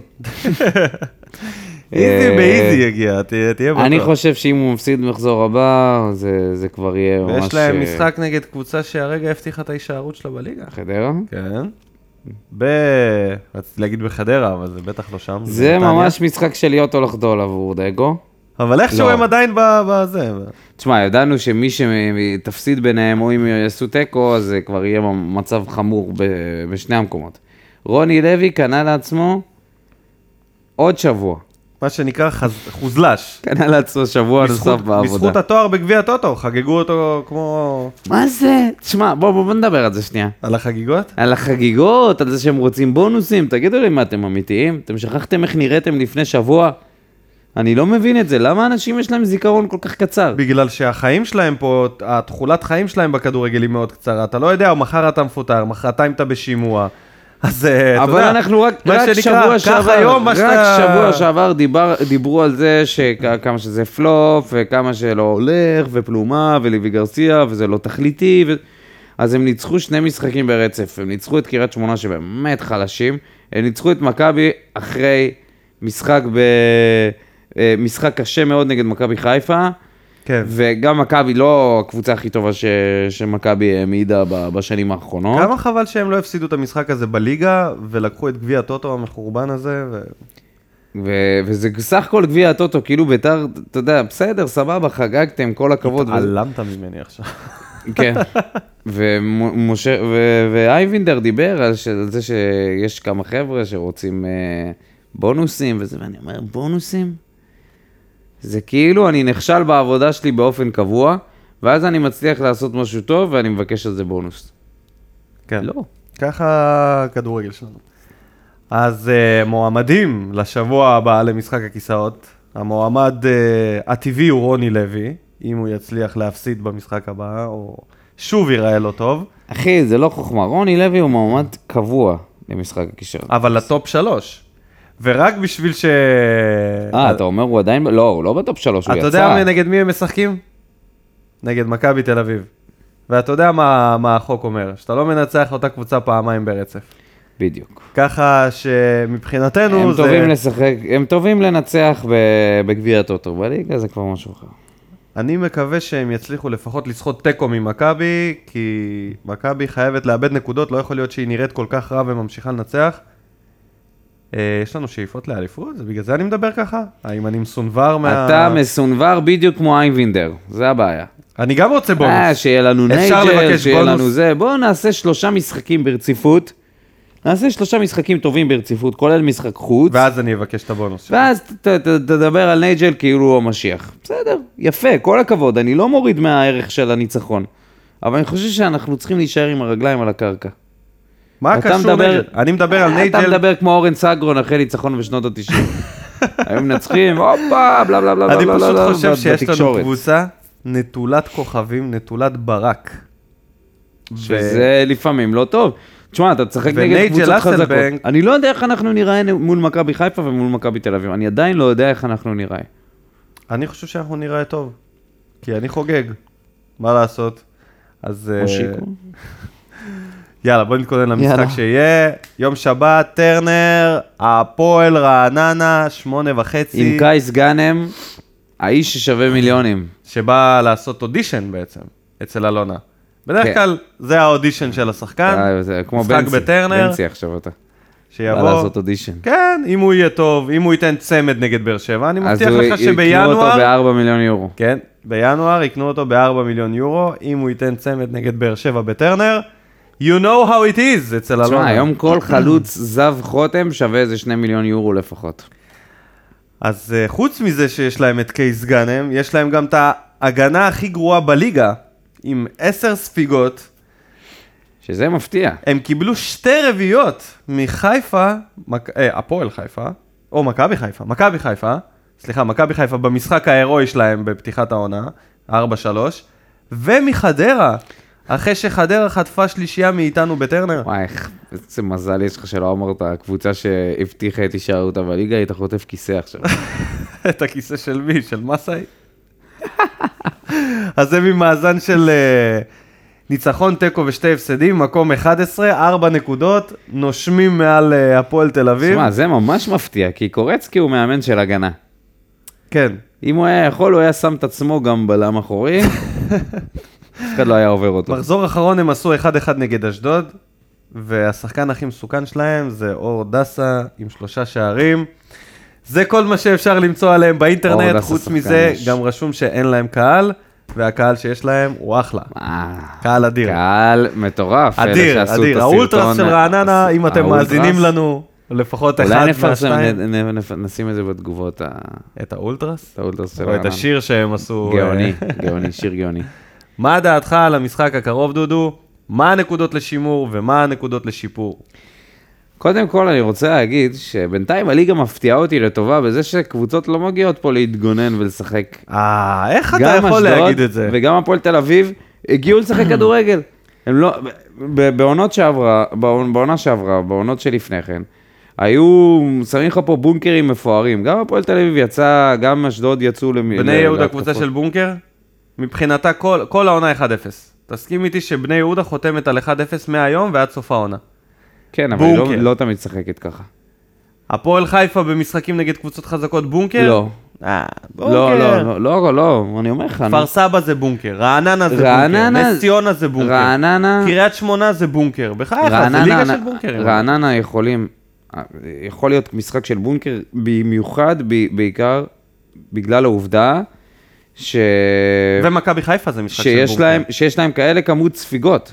איזי באיזי יגיע, ת- תהיה בטוח. אני חושב שאם הוא מפסיד מחזור הבא, זה, זה כבר יהיה ממש... ויש להם אה, משחק נגד קבוצה שהרגע הבטיחה את ההישארות שלה בליגה. חדרה? כן. ב... רציתי להגיד בחדרה, אבל זה בטח לא שם. זה בנתניה. ממש משחק של להיות או לחדול עבור דגו. אבל איכשהו לא. הם עדיין ב- בזה. תשמע, ידענו שמי שתפסיד ביניהם, או אם יעשו תיקו, אז זה כבר יהיה מצב חמור ב- בשני המקומות. רוני לוי קנה לעצמו עוד שבוע. מה שנקרא חז- חוזלש. קנה לעצמו שבוע בזכות- נוסף בעבודה. בזכות התואר בגביע הטוטו, חגגו אותו כמו... מה זה? תשמע, בוא, בוא, בוא נדבר על זה שנייה. על החגיגות? על החגיגות, על זה שהם רוצים בונוסים, תגידו לי מה אתם אמיתיים? אתם שכחתם איך נראיתם לפני שבוע? אני לא מבין את זה, למה אנשים יש להם זיכרון כל כך קצר? בגלל שהחיים שלהם פה, התחולת חיים שלהם בכדורגל היא מאוד קצרה. אתה לא יודע, מחר אתה מפוטר, מחרתיים אתה בשימוע. אז אתה יודע... אבל אנחנו רק, מה רק שנקרא, שבוע קח שעבר, היום מה רק שאתה- שבוע שעבר דיבר, דיברו על זה שכמה שזה פלופ, וכמה שלא הולך, ופלומה, וליבי גרסיה, וזה לא תכליתי, ו... אז הם ניצחו שני משחקים ברצף, הם ניצחו את קריית שמונה שבאמת חלשים, הם ניצחו את מכבי אחרי משחק ב... משחק קשה מאוד נגד מכבי חיפה, כן. וגם מכבי לא הקבוצה הכי טובה ש... שמכבי העמידה ב- בשנים האחרונות. כמה חבל שהם לא הפסידו את המשחק הזה בליגה, ולקחו את גביע הטוטו המחורבן הזה, ו... ו- וזה סך הכל גביע הטוטו, כאילו ביתר, אתה יודע, בסדר, סבבה, חגגתם, כל הכבוד. וזה- התעלמת ממני עכשיו. כן. ומשה, ו- ואייבינדר דיבר על, ש- על זה שיש כמה חבר'ה שרוצים אה, בונוסים וזה, ואני אומר, בונוסים? זה כאילו אני נכשל בעבודה שלי באופן קבוע, ואז אני מצליח לעשות משהו טוב, ואני מבקש על זה בונוס. כן. לא. ככה הכדורגל שלנו. אז uh, מועמדים לשבוע הבא למשחק הכיסאות. המועמד uh, הטבעי הוא רוני לוי, אם הוא יצליח להפסיד במשחק הבא, או שוב ייראה לו טוב. אחי, זה לא חוכמה. רוני לוי הוא מועמד קבוע למשחק הקישור. אבל לטופ שלוש. ורק בשביל ש... אה, אתה אומר הוא עדיין... לא, הוא לא בטופ שלוש, הוא אתה יצא. יודע נגד מי הם משחקים? נגד מכבי תל אביב. ואתה יודע מה, מה החוק אומר, שאתה לא מנצח אותה קבוצה פעמיים ברצף. בדיוק. ככה שמבחינתנו הם זה... טובים לשחק, הם טובים לנצח ב- בגביע הטוטו, בליגה זה כבר משהו אחר. אני מקווה שהם יצליחו לפחות לסחוט טקו ממכבי, כי מכבי חייבת לאבד נקודות, לא יכול להיות שהיא נראית כל כך רע וממשיכה לנצח. אה, יש לנו שאיפות לאליפות, זה בגלל זה אני מדבר ככה? האם אני מסונבר מה... אתה מסונבר בדיוק כמו אייבינדר, זה הבעיה. אני גם רוצה בונוס. אה, שיהיה לנו אפשר נייג'ל, לבקש שיהיה בונוס. לנו זה. בואו נעשה שלושה משחקים ברציפות. נעשה שלושה משחקים טובים ברציפות, כולל משחק חוץ. ואז אני אבקש את הבונוס שלי. ואז ת- ת- תדבר על נייג'ל כאילו הוא המשיח. בסדר, יפה, כל הכבוד, אני לא מוריד מהערך של הניצחון. אבל אני חושב שאנחנו צריכים להישאר עם הרגליים על הקרקע. מה אתה קשור מדבר- נייג'ל? אני מדבר על אתה נייג'ל. מדבר כמו אורן סגרון אחרי ניצחון בשנות ה-תשעים. היו מנצחים, הופה, בלה בלה בלה בלה אני בלה פשוט בלה, חושב שיש לנו בתקשורת. קבוצה נטולת כוכבים, נטולת ברק. שזה לפעמים לא טוב. תשמע, אתה תשחק נגד ונייג'ל קבוצות חזקות. אסלבנק- אני לא יודע איך אנחנו נראה מול מכבי חיפה ומול מכבי תל אביב. אני עדיין לא יודע איך אנחנו נראה. אני חושב שאנחנו נראה טוב, כי אני חוגג. מה לעשות? אז... אה, מושיקו. יאללה, בוא נתכונן למשחק יאללה. שיהיה. יום שבת, טרנר, הפועל רעננה, שמונה וחצי. עם קייס גאנם, האיש ששווה מיליונים. שבא לעשות אודישן בעצם, אצל אלונה. בדרך כן. כלל זה האודישן של השחקן. אה, זה כמו משחק בנצי. בטרנר. בנצי עכשיו אתה. בא שיבוא. לעשות אודישן. כן, אם הוא יהיה טוב, אם הוא ייתן צמד נגד באר שבע, אני אז מבטיח הוא לך יקנו אותו שבינואר... ב-ארבעה מיליון יורו. כן, בינואר יקנו אותו ב-ארבעה מיליון יורו, אם הוא ייתן צמד נגד באר שבע בטרנר. You know how it is, אצל אלונה. תשמע, היום כל חלוץ זב חותם שווה איזה שני מיליון יורו לפחות. אז uh, חוץ מזה שיש להם את קייס גאנם, יש להם גם את ההגנה הכי גרועה בליגה, עם עשר ספיגות. שזה מפתיע. הם קיבלו שתי רביעיות מחיפה, מק... אה, הפועל חיפה, או מכבי חיפה, מכבי חיפה, סליחה, מכבי חיפה במשחק ההירואי שלהם בפתיחת העונה, ארבע שלוש, ומחדרה, אחרי שחדרה חטפה שלישייה מאיתנו בטרנר. וואי, איזה מזל יש לך שלא אמרת, הקבוצה שהבטיחה את הישארותה בליגה, היית חוטף כיסא עכשיו. את הכיסא של מי? של מסאי? אז זה ממאזן של ניצחון, תיקו ושתי הפסדים, מקום אחת עשרה, ארבע נקודות, נושמים מעל הפועל תל אביב. תשמע, זה ממש מפתיע, כי קורצקי הוא מאמן של הגנה. כן. אם הוא היה יכול, הוא היה שם את עצמו גם בלם אחורי, אף אחד לא היה עובר אותו. מחזור אחרון הם עשו אחד אחד נגד אשדוד, והשחקן הכי מסוכן שלהם זה אור דסה עם שלושה שערים. זה כל מה שאפשר למצוא עליהם באינטרנט, חוץ מזה גם רשום שאין להם קהל, והקהל שיש להם הוא אחלה. קהל אדיר. קהל מטורף. אדיר, אדיר. האולטרס של רעננה, אם אתם מאזינים לנו, לפחות אחד מהשתיים. אולי נשים את זה בתגובות. את האולטרס? את האולטרס של או רעננה. את השיר שהם עשו. גאוני, גאוני, שיר גאוני. מה דעתך על המשחק הקרוב, דודו? מה הנקודות לשימור ומה הנקודות לשיפור? קודם כל אני רוצה להגיד שבינתיים הליגה מפתיעה אותי לטובה בזה שקבוצות לא מגיעות פה להתגונן ולשחק. אה, איך אתה יכול להגיד את זה? וגם הפועל תל אביב הגיעו לשחק כדורגל. הם לא, בעונות שעברה, בעונה שעברה, בעונות שלפני כן, היו שמים לך פה בונקרים מפוארים. גם הפועל תל אביב יצא, גם אשדוד יצאו למ... בני יהודה קבוצה של בונקר? מבחינתה כל, כל העונה אחד אפס. תסכים איתי שבני יהודה חותמת על אחד אפס מהיום ועד סוף העונה. כן, אבל היא לא, לא תמיד שחקת ככה. הפועל חיפה במשחקים נגד קבוצות חזקות בונקר? לא. אה, בונקר. לא, לא, לא, לא, אני אומר לך. כפר סבא זה בונקר, רעננה זה רעננה, בונקר, נס ציונה זה בונקר, רעננה, קריית שמונה זה בונקר, בחייך, זה ליגה של בונקרים. רעננה יכולים, יכול להיות משחק של בונקר, במיוחד, בעיקר, בגלל העובדה, ש... ומכבי חיפה זה משחק של בונקר. להם, שיש להם כאלה כמות ספיגות.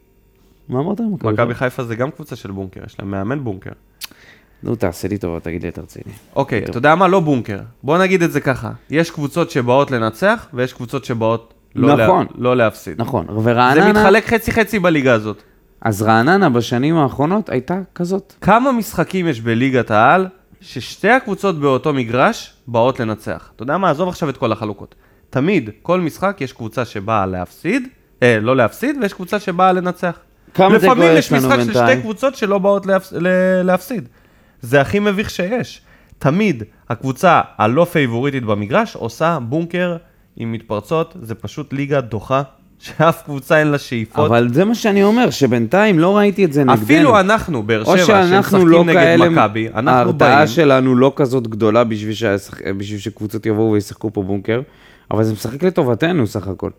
מה אמרת? מכבי חיפה זה גם קבוצה של בונקר, יש להם מאמן בונקר. נו, תעשה לי טובה, תגיד לי את הרציני. אוקיי, אתה יודע מה? לא בונקר. בוא נגיד את זה ככה. יש קבוצות שבאות לנצח, ויש קבוצות שבאות לא להפסיד. נכון, ורעננה... זה מתחלק חצי-חצי בליגה הזאת. אז רעננה בשנים האחרונות הייתה כזאת. כמה משחקים יש בליגת העל, ששתי הקבוצות באותו מגרש באות לנצח? אתה יודע מה? עזוב עכשיו את כל החלוקות. תמיד, כל משחק יש קבוצה שבאה להפסיד, אה, לא להפסיד, ויש קבוצה שבאה לנצח. לפעמים יש משחק של שתי קבוצות שלא באות להפסיד. זה הכי מביך שיש. תמיד הקבוצה הלא פייבוריטית במגרש עושה בונקר עם מתפרצות, זה פשוט ליגה דוחה, שאף קבוצה אין לה שאיפות. אבל זה מה שאני אומר, שבינתיים לא ראיתי את זה נגדנו. אפילו אנחנו, באר שבע, שמשחקים נגד מכבי, אנחנו באים. ההרתעה שלנו לא כזאת גדולה בשביל שקבוצות יבואו וישחקו פה בונקר, אבל זה משחק לטובתנו סך הכל.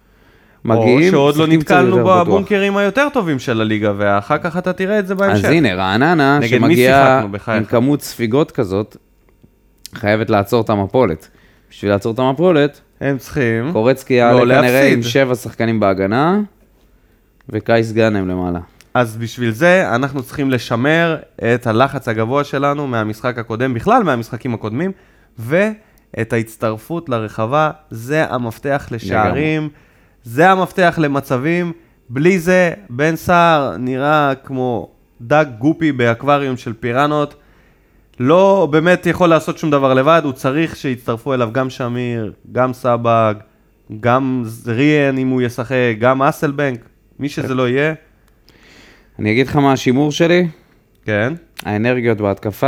או שעוד לא נתקלנו בבונקרים היותר טובים של הליגה, ואחר כך אתה תראה את זה בהמשך. אז הנה, רעננה, שמגיעה עם כמות ספיגות כזאת, חייבת לעצור את המפולת. בשביל לעצור את המפולת, הם צריכים קורצקי יעלה כנראה עם שבע שחקנים בהגנה, וקייס גאנם למעלה. אז בשביל זה אנחנו צריכים לשמר את הלחץ הגבוה שלנו מהמשחק הקודם, בכלל מהמשחקים הקודמים, ואת ההצטרפות לרחבה, זה המפתח לשערים, זה המפתח למצבים. בלי זה, בן סער נראה כמו דג גופי באקווריום של פירנות, לא באמת יכול לעשות שום דבר לבד, הוא צריך שיצטרפו אליו גם שמיר, גם סבג, גם ריאן אם הוא ישחק, גם אסלבנק, מי שזה לא יהיה. אני אגיד לך מה השימור שלי? כן. האנרגיות בהתקפה,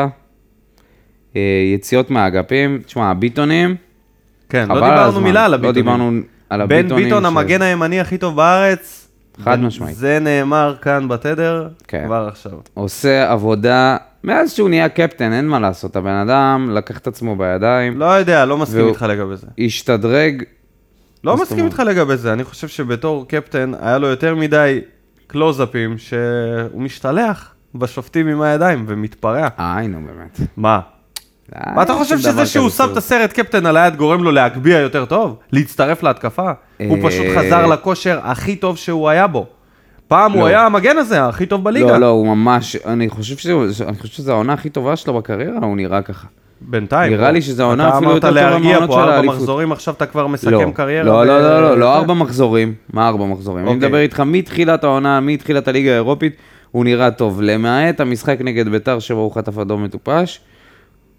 יציאות מהאגפים, תשמע, הביטונים. כן, לא דיברנו מילה על הביטונים. לא דיברנו על הביטונים. בן ביטון המגן הימני הכי טוב בארץ. חד משמעית. זה נאמר כאן בתדר, כבר עכשיו. עושה עבודה, מאז שהוא נהיה קפטן, אין מה לעשות, הבן אדם לקח את עצמו בידיים. לא יודע, לא מסכים איתך לגבי זה. השתדרג. לא מסכים איתך לגבי זה, אני חושב שבתור קפטן היה לו יותר מדי קלוזאפים, שהוא משתלח בשופטים עם הידיים ומתפרע. אה, נו באמת. מה? ואתה חושב שזה שהוא שם את הסרט קפטן על היד גורם לו להגביע יותר טוב? להצטרף להתקפה? הוא פשוט חזר לכושר הכי טוב שהוא היה בו. פעם הוא היה המגן הזה, הכי טוב בליגה. לא, לא, הוא ממש, אני חושב שזו העונה הכי טובה שלו בקריירה, הוא נראה ככה. בינתיים. נראה לי שזו העונה אפילו יותר טובה מהעונות של האליפות. ארבע מחזורים, עכשיו אתה כבר מסכם קריירה. לא, לא, לא, לא, לא ארבע מחזורים. מה ארבע מחזורים? אני מדבר איתך מתחילת העונה, מתחילת הליגה האירופית, הוא נראה טוב. למעט המשחק נגד ביתר שבו הוא חטף אדום מטופש.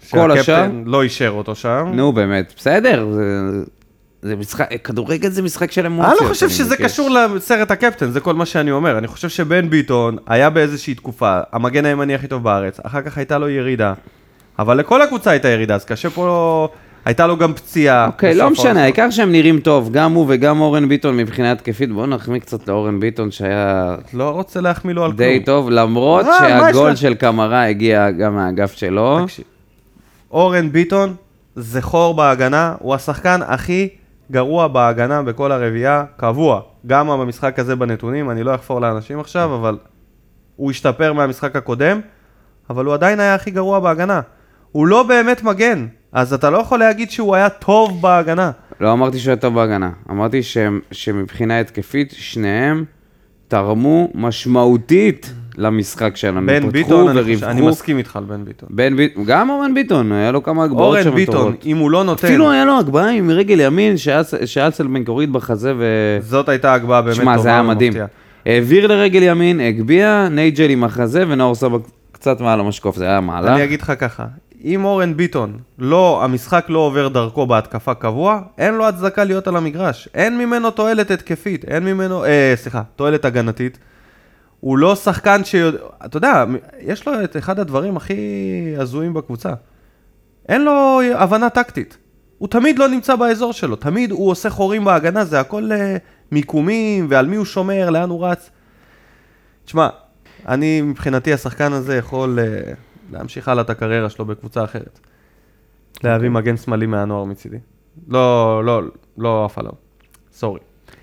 כל השאר? שהקפטן לא אישר אותו שם. נו, באמת, בסדר, זה, זה משחק, כדורגל זה משחק של אמוציות. אני לא חושב שזה מבקש. קשור לסרט הקפטן, זה כל מה שאני אומר. אני חושב שבן ביטון היה באיזושהי תקופה, המגן הימני הכי טוב בארץ, אחר כך הייתה לו ירידה, אבל לכל הקבוצה הייתה ירידה, אז קשה פה, הייתה לו גם פציעה. אוקיי, לא משנה, העיקר שהם נראים טוב, גם הוא וגם אורן ביטון מבחינה התקפית, בואו נחמיא קצת לאורן ביטון שהיה לא רוצה להחמיא לו על כלום. די טוב, למרות אה, מה יש שהגול לה? של קמרה הגיע גם מהאגף שלו. תקשיב, אורן ביטון זה חור בהגנה, הוא השחקן הכי גרוע בהגנה בכל הרביעייה, קבוע. גם במשחק הזה בנתונים, אני לא אחפור לאנשים עכשיו, אבל הוא השתפר מהמשחק הקודם, אבל הוא עדיין היה הכי גרוע בהגנה. הוא לא באמת מגן, אז אתה לא יכול להגיד שהוא היה טוב בהגנה. לא אמרתי שהוא היה טוב בהגנה, אמרתי שהם, שמבחינה התקפית שניהם תרמו משמעותית למשחק שלנו. בן פתחו ביטון, אני, וריווחו. חושב, אני מסכים איתך על בן ביטון. בן ביטון, גם אורן ביטון, היה לו כמה הגבהות אורן שם ביטון, מטובות. אם הוא לא נותן... אפילו היה לו הגבהה עם רגל ימין שאצלבנק הוריד בחזה ו... זאת הייתה הגבהה באמת שמה, טובה. זה היה מדהים. ומפתיעה. העביר לרגל ימין, הגביע, נייג'ל עם החזה ונאור סבא קצת מעל המשקוף, זה היה מהלך. אני אגיד לך ככה, אם אורן ביטון, לא, המשחק לא עובר דרכו בהתקפה קבוע, אין לו הצדקה להיות על המגרש. אין ממנו תועלת התקפית, אין ממנו, אה, סליחה, תועלת הגנתית. הוא לא שחקן שיודע, אתה יודע, יש לו את אחד הדברים הכי הזויים בקבוצה. אין לו הבנה טקטית. הוא תמיד לא נמצא באזור שלו, תמיד הוא עושה חורים בהגנה, זה הכל אה, מיקומים, ועל מי הוא שומר, לאן הוא רץ. תשמע, אני מבחינתי השחקן הזה יכול אה, להמשיך הלאה את הקריירה שלו בקבוצה אחרת. להביא מגן שמאלי מהנוער מצידי. לא, לא, לא אף עליו. סורי.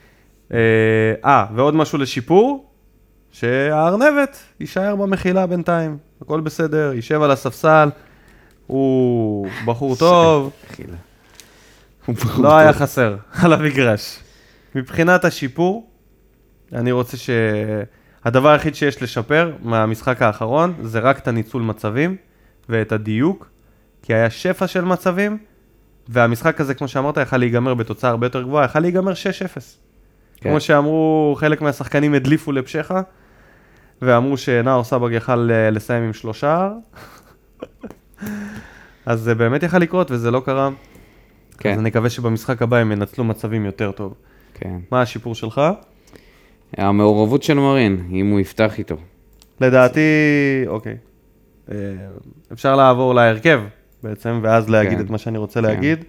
אה, ועוד משהו לשיפור, שהארנבת יישאר במחילה בינתיים. הכל בסדר, יישב על הספסל, הוא בחור טוב. לא היה חסר על המגרש. מבחינת השיפור, אני רוצה ש... הדבר היחיד שיש לשפר מהמשחק האחרון, זה רק את הניצול מצבים ואת הדיוק, כי היה שפע של מצבים, והמשחק הזה, כמו שאמרת, יכל להיגמר בתוצאה הרבה יותר גבוהה, יכל להיגמר שש אפס. כן. כמו שאמרו, חלק מהשחקנים הדליפו לפשחה, ואמרו שנאור סבג יכל לסיים עם שלושה, אז זה באמת יכל לקרות, וזה לא קרה. כן. אז אני מקווה שבמשחק הבא הם ינצלו מצבים יותר טוב. כן. מה השיפור שלך? המעורבות של מרין, אם הוא יפתח איתו. לדעתי, אוקיי. אפשר לעבור להרכב בעצם, ואז להגיד את מה שאני רוצה להגיד,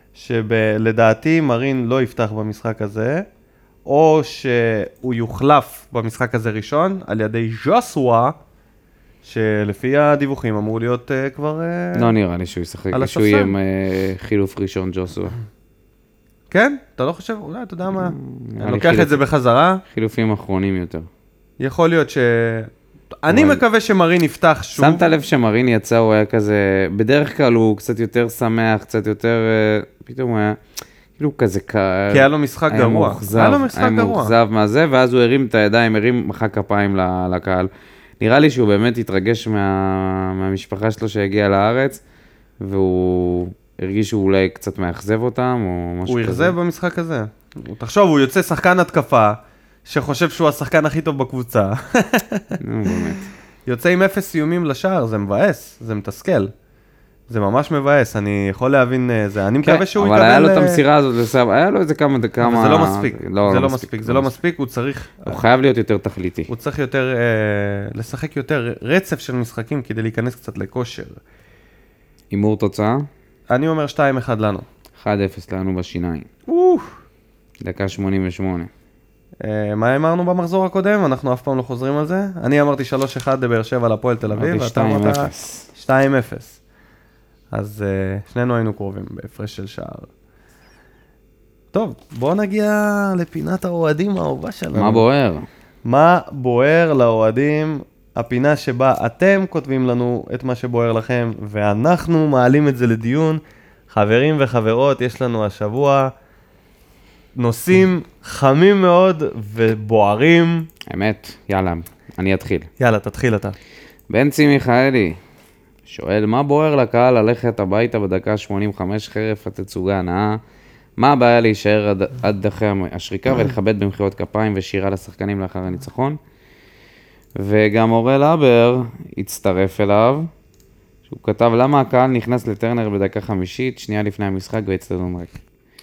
שלדעתי מרין לא יפתח במשחק הזה, או שהוא יוחלף במשחק הזה ראשון, על ידי ז'וסווה, שלפי הדיווחים אמור להיות כבר... לא נראה לי שהוא ישחק, שהוא יהיה חילוף ראשון ג'וסווה. כן? אתה לא חושב? אולי, אתה יודע מה? אני לוקח את זה בחזרה. חילופים אחרונים יותר. יכול להיות ש... אני מקווה שמרין יפתח שוב. שמת לב שמרין יצא, הוא היה כזה... בדרך כלל הוא קצת יותר שמח, קצת יותר... פתאום הוא היה... כאילו כזה... כי היה לו משחק גרוע. היה לו משחק גרוע. היה מאוכזב מהזה, ואז הוא הרים את הידיים, הרים מחא כפיים לקהל. נראה לי שהוא באמת התרגש מהמשפחה שלו שהגיעה לארץ, והוא... הרגיש שהוא אולי קצת מאכזב אותם, או משהו כזה. הוא יחזב במשחק הזה. תחשוב, הוא יוצא שחקן התקפה, שחושב שהוא השחקן הכי טוב בקבוצה. נו, באמת. יוצא עם אפס איומים לשער, זה מבאס, זה מתסכל. זה ממש מבאס, אני יכול להבין זה. אני מקווה שהוא יקבל... אבל היה לו את המסירה הזאת לסב, היה לו איזה כמה דקה... אבל זה לא מספיק, זה לא מספיק, זה לא מספיק, הוא צריך... הוא חייב להיות יותר תכליתי. הוא צריך יותר, לשחק יותר רצף של משחקים, כדי להיכנס קצת לכושר. הימור תוצאה? אני אומר שתיים אחד לנו. אחד אפס לנו בשיניים. אוף. דקה שמונים ושמונה. מה אמרנו במחזור הקודם? אנחנו אף פעם לא חוזרים על זה. אני אמרתי שלוש אחד לבאר שבע לפועל תל אביב. אמרתי שתיים אפס. שתיים אפס. אז שנינו היינו קרובים בהפרש של שער. טוב, בואו נגיע לפינת האוהדים האהובה שלנו. מה בוער? מה בוער לאוהדים? הפינה שבה אתם כותבים לנו את מה שבוער לכם, ואנחנו מעלים את זה לדיון. חברים וחברות, יש לנו השבוע נושאים חמים מאוד ובוערים. האמת, יאללה, אני אתחיל. יאללה, תתחיל אתה. בנצי מיכאלי שואל, מה בוער לקהל ללכת הביתה בדקה שמונים וחמש חרף התצוגה הנאה? מה הבעיה להישאר עד, עד אחרי השריקה ולכבד במחיאות כפיים ושירה לשחקנים לאחר הניצחון? וגם אורל אבר הצטרף אליו, שהוא כתב, למה הקהל נכנס לטרנר בדקה חמישית, שנייה לפני המשחק באצטדיון ריק.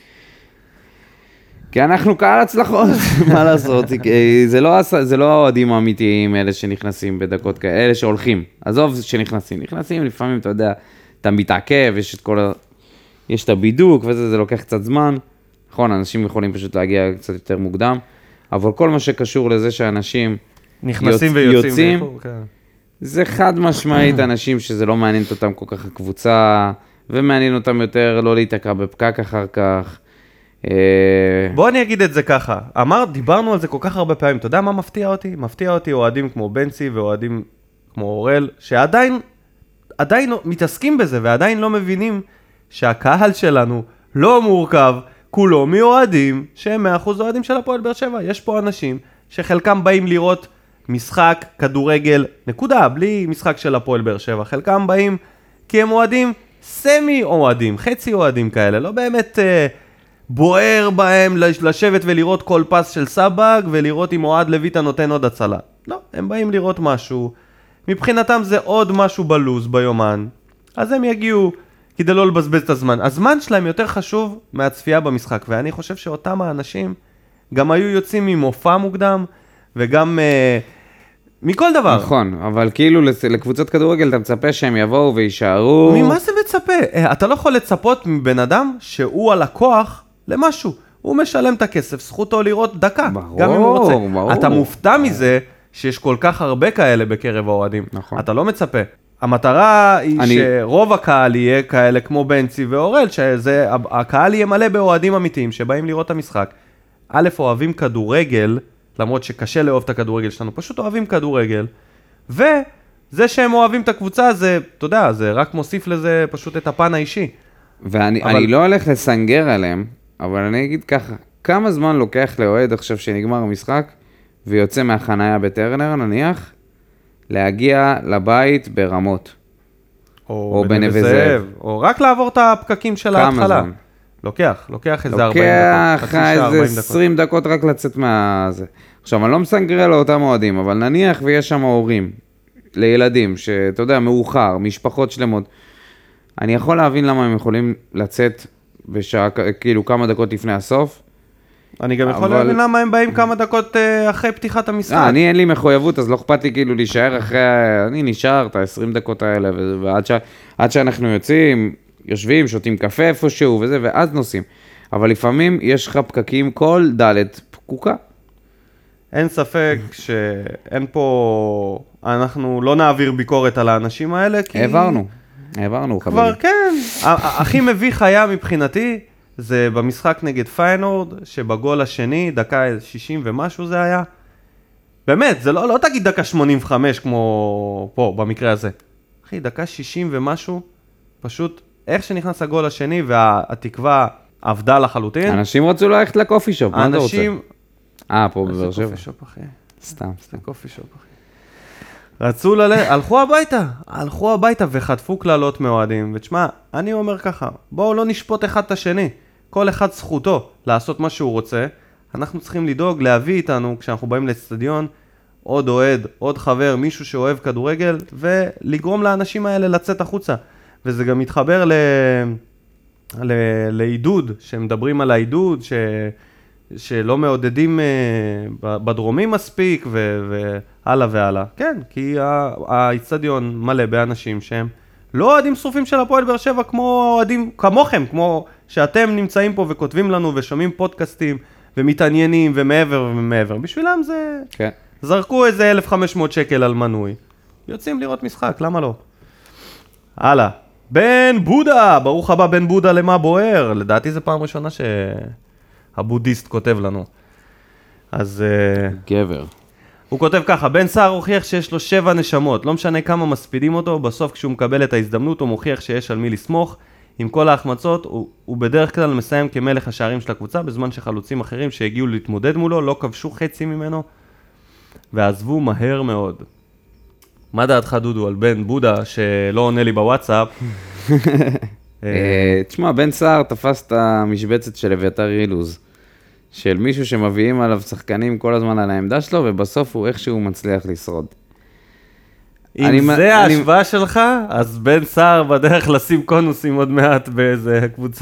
כי אנחנו קהל הצלחות, מה לעשות, זה לא, זה לא האוהדים האמיתיים, אלה שנכנסים בדקות כאלה, אלה שהולכים, עזוב שנכנסים, נכנסים לפעמים, אתה יודע, אתה מתעכב, יש את כל ה... יש את הבידוק וזה, זה לוקח קצת זמן, נכון, אנשים יכולים פשוט להגיע קצת יותר מוקדם, אבל כל מה שקשור לזה שאנשים נכנסים יוצ... ויוצאים, יוצאים, ואיפה, כן. זה חד משמעית אנשים שזה לא מעניין אותם כל כך הקבוצה, ומעניין אותם יותר לא להיתקע בפקק אחר כך. בוא אני אגיד את זה ככה, אמר, דיברנו על זה כל כך הרבה פעמים, אתה יודע מה מפתיע אותי? מפתיע אותי אוהדים כמו בנצי ואוהדים כמו אורל, שעדיין עדיין מתעסקים בזה ועדיין לא מבינים שהקהל שלנו לא מורכב, כולו מאוהדים שהם מאה אחוז אוהדים של הפועל באר שבע. יש פה אנשים שחלקם באים לראות משחק כדורגל, נקודה, בלי משחק של הפועל באר שבע. חלקם באים כי הם אוהדים סמי אוהדים, חצי אוהדים כאלה, לא באמת אה, בוער בהם לשבת ולראות כל פס של סבג ולראות אם אוהד לויטה נותן עוד הצלה. לא, הם באים לראות משהו, מבחינתם זה עוד משהו בלוז ביומן, אז הם יגיעו כדי לא לבזבז את הזמן. הזמן שלהם יותר חשוב מהצפייה במשחק, ואני חושב שאותם האנשים גם היו יוצאים ממופע מוקדם, וגם uh, מכל דבר. נכון, אבל כאילו לקבוצות כדורגל אתה מצפה שהם יבואו וישארו. ממה זה מצפה? אתה לא יכול לצפות מבן אדם שהוא הלקוח למשהו. הוא משלם את הכסף, זכותו לראות דקה. ברור, גם אם הוא רוצה. ברור. אתה מופתע מזה שיש כל כך הרבה כאלה בקרב האוהדים. נכון. אתה לא מצפה. המטרה היא אני... שרוב הקהל יהיה כאלה כמו בנצי ואורל, שזה, הקהל יהיה מלא באוהדים אמיתיים שבאים לראות את המשחק. א', אוהבים כדורגל, למרות שקשה לאהוב את הכדורגל שלנו, פשוט אוהבים כדורגל, וזה שהם אוהבים את הקבוצה, זה, אתה יודע, זה רק מוסיף לזה פשוט את הפן האישי. ואני אבל... אני לא הולך לסנגר עליהם, אבל אני אגיד ככה, כמה זמן לוקח לאוהד עכשיו שנגמר המשחק, ויוצא מהחנייה בטרנר, נניח, להגיע לבית ברמות. או, או בנווה זאב. או רק לעבור את הפקקים של ההתחלה. זמן? לוקח, לוקח איזה ארבעים דקות. לוקח איזה עשרים דקות רק לצאת מהזה. עכשיו, אני לא מסנגר לאותם אוהדים, אבל נניח ויש שם הורים, לילדים, שאתה יודע, מאוחר, משפחות שלמות. אני יכול להבין למה הם יכולים לצאת בשעה, כאילו כמה דקות לפני הסוף. אני גם יכול אבל... להבין למה הם באים כמה דקות uh, אחרי פתיחת המשחק. אה, אני אין לי מחויבות, אז לא אכפת לי כאילו להישאר אחרי, אני נשאר את ה-עשרים דקות האלה, ועד ש... עד שאנחנו יוצאים, יושבים, שותים קפה איפשהו וזה, ואז נוסעים. אבל לפעמים יש לך פקקים, כל דלת פקוקה. אין ספק שאין פה, אנחנו לא נעביר ביקורת על האנשים האלה, כי... העברנו, העברנו, כבר חברים. כן, הכי מביך היה מבחינתי, זה במשחק נגד פיינורד, שבגול השני, דקה שישים ומשהו זה היה. באמת, זה לא, לא תגיד דקה שמונים וחמש כמו פה, במקרה הזה. אחי, דקה שישים ומשהו, פשוט איך שנכנס הגול השני והתקווה עבדה לחלוטין. אנשים רצו ללכת לקופי שופ, מה אתה רוצה? אנשים... אה, פה בבאר שבע. קופי שופ, אחי. סתם, סתם. קופי שופ, אחי. רצו ללכת, הלכו הביתה, הלכו הביתה וחטפו כללות מאוהדים. ותשמע, אני אומר ככה, בואו לא נשפוט אחד את השני. כל אחד זכותו לעשות מה שהוא רוצה. אנחנו צריכים לדאוג להביא איתנו, כשאנחנו באים לאצטדיון, עוד אוהד, עוד חבר, מישהו שאוהב כדורגל, ולגרום לאנשים האלה לצאת החוצה. וזה גם מתחבר ל... ל... לעידוד, שמדברים על העידוד, ש... שלא מעודדים uh, בדרומים מספיק, ו... והלאה והלאה. כן, כי האצטדיון מלא באנשים שהם לא אוהדים שרופים של הפועל באר שבע, כמו אוהדים כמוכם, כמו שאתם נמצאים פה וכותבים לנו ושומעים פודקאסטים, ומתעניינים ומעבר ומעבר. בשבילם זה... כן. זרקו איזה אלף וחמש מאות שקל על מנוי. יוצאים לראות משחק, למה לא? הלאה. בן בודה, ברוך הבא בן בודה למה בוער. לדעתי זה פעם ראשונה שהבודיסט כותב לנו. אז... גבר. הוא כותב ככה, בן סער הוכיח שיש לו שבע נשמות, לא משנה כמה מספידים אותו, בסוף כשהוא מקבל את ההזדמנות הוא מוכיח שיש על מי לסמוך. עם כל ההחמצות, הוא, הוא בדרך כלל מסיים כמלך השערים של הקבוצה, בזמן שחלוצים אחרים שהגיעו להתמודד מולו, לא כבשו חצי ממנו, ועזבו מהר מאוד. מה דעתך דודו על בן בודה שלא עונה לי בוואטסאפ? תשמע, בן סער תפס את המשבצת של אביתר אילוז, של מישהו שמביאים עליו שחקנים כל הזמן על העמדה שלו, ובסוף הוא איכשהו מצליח לשרוד. אני אם מ- זה אני- ההשוואה שלך, אז בן סער בדרך לשים קונוסים עוד מעט באיזה קבוצה,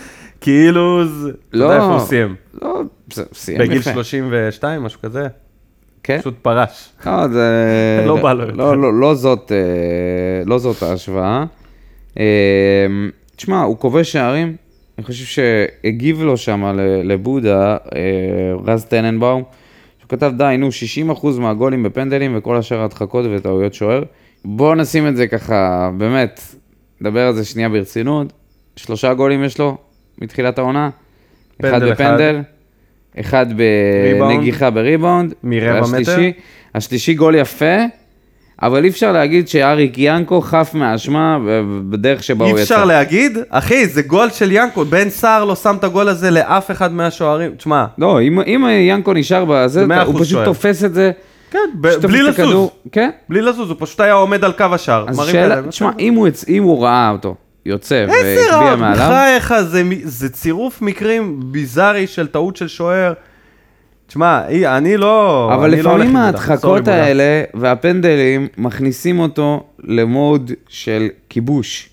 כאילו, זה- אתה לא, יודע איפה הוא סיים? לא, זה- סיים בגיל יפה. שלושים ושתיים, משהו כזה? כן? פשוט פרש. לא, זה... לא בא לו יותר. לא, לא, לא זאת, אה, לא זאת ההשוואה. אה, תשמע, הוא כובש שערים, אני חושב שהגיב לו שם ל- לבודה, אה, רז טננבאום, שהוא כתב, די, נו, שישים אחוז מהגולים בפנדלים וכל השאר הדחקות וטעויות שוער. בואו נשים את זה ככה, באמת, נדבר על זה שנייה ברצינות. שלושה גולים יש לו מתחילת העונה, אחד פנדל אחד. בפנדל, אחד ריבאונד. בנגיחה בריבאונד, מרבע והשלישי- מטר. השלישי גול יפה, אבל אי אפשר להגיד שאריק ינקו חף מאשמה בדרך שבה הוא אי יצא. אפשר להגיד, אחי, זה גול של ינקו, בן סער לא שם את הגול הזה לאף אחד מהשוערים, תשמע, לא, אם, אם ינקו נשאר בזה, זה מאה הוא אחוז פשוט שוער. תופס את זה. כן, ב- פשוט בלי תופס את לזוז, הכדור, כן? בלי לזוז, הוא פשוט היה עומד על קו השער. אז מרים שאלה, ידיים. תשמע, אם הוא, יצ- אם הוא ראה אותו יוצא איזה והגביע רע, מעליו, בחייך, זה, מ- זה צירוף מקרים ביזארי של טעות של שוער. תשמע, אי, אני לא... אבל אני לא הולך לפעמים נגדם, סורי, ההדחקות בודה. האלה והפנדלים מכניסים אותו למוד של כיבוש,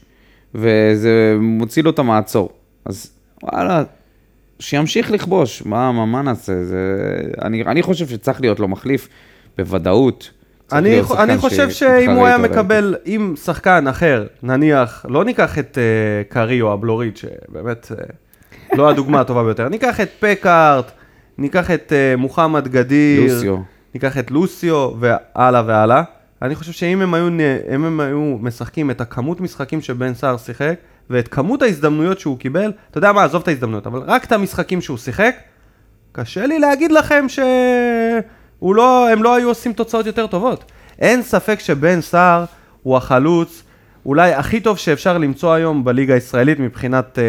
וזה מוציא לו את המעצור. אז וואלה, שימשיך לכבוש, מה, מה, מה נעשה? זה... אני, אני חושב שצריך להיות לו מחליף בוודאות. צריך אני, להיות שחקן אני חושב שיתחרה שאם הוא היה איתו מקבל, אם שחקן אחר, נניח, לא ניקח את uh, קארי או הבלורית, שבאמת uh, לא הדוגמה הטובה ביותר, ניקח את פקארט, ניקח את uh, מוחמד גדיר, לוסיו. ניקח את לוסיו, והלאה והלאה. אני חושב שאם הם היו, אם הם היו משחקים את הכמות משחקים שבן סער שיחק, ואת כמות ההזדמנויות שהוא קיבל, אתה יודע מה, עזוב את ההזדמנויות, אבל רק את המשחקים שהוא שיחק, קשה לי להגיד לכם שהוא לא, הם לא היו עושים תוצאות יותר טובות. אין ספק שבן סער הוא החלוץ, אולי הכי טוב שאפשר למצוא היום בליגה הישראלית מבחינת,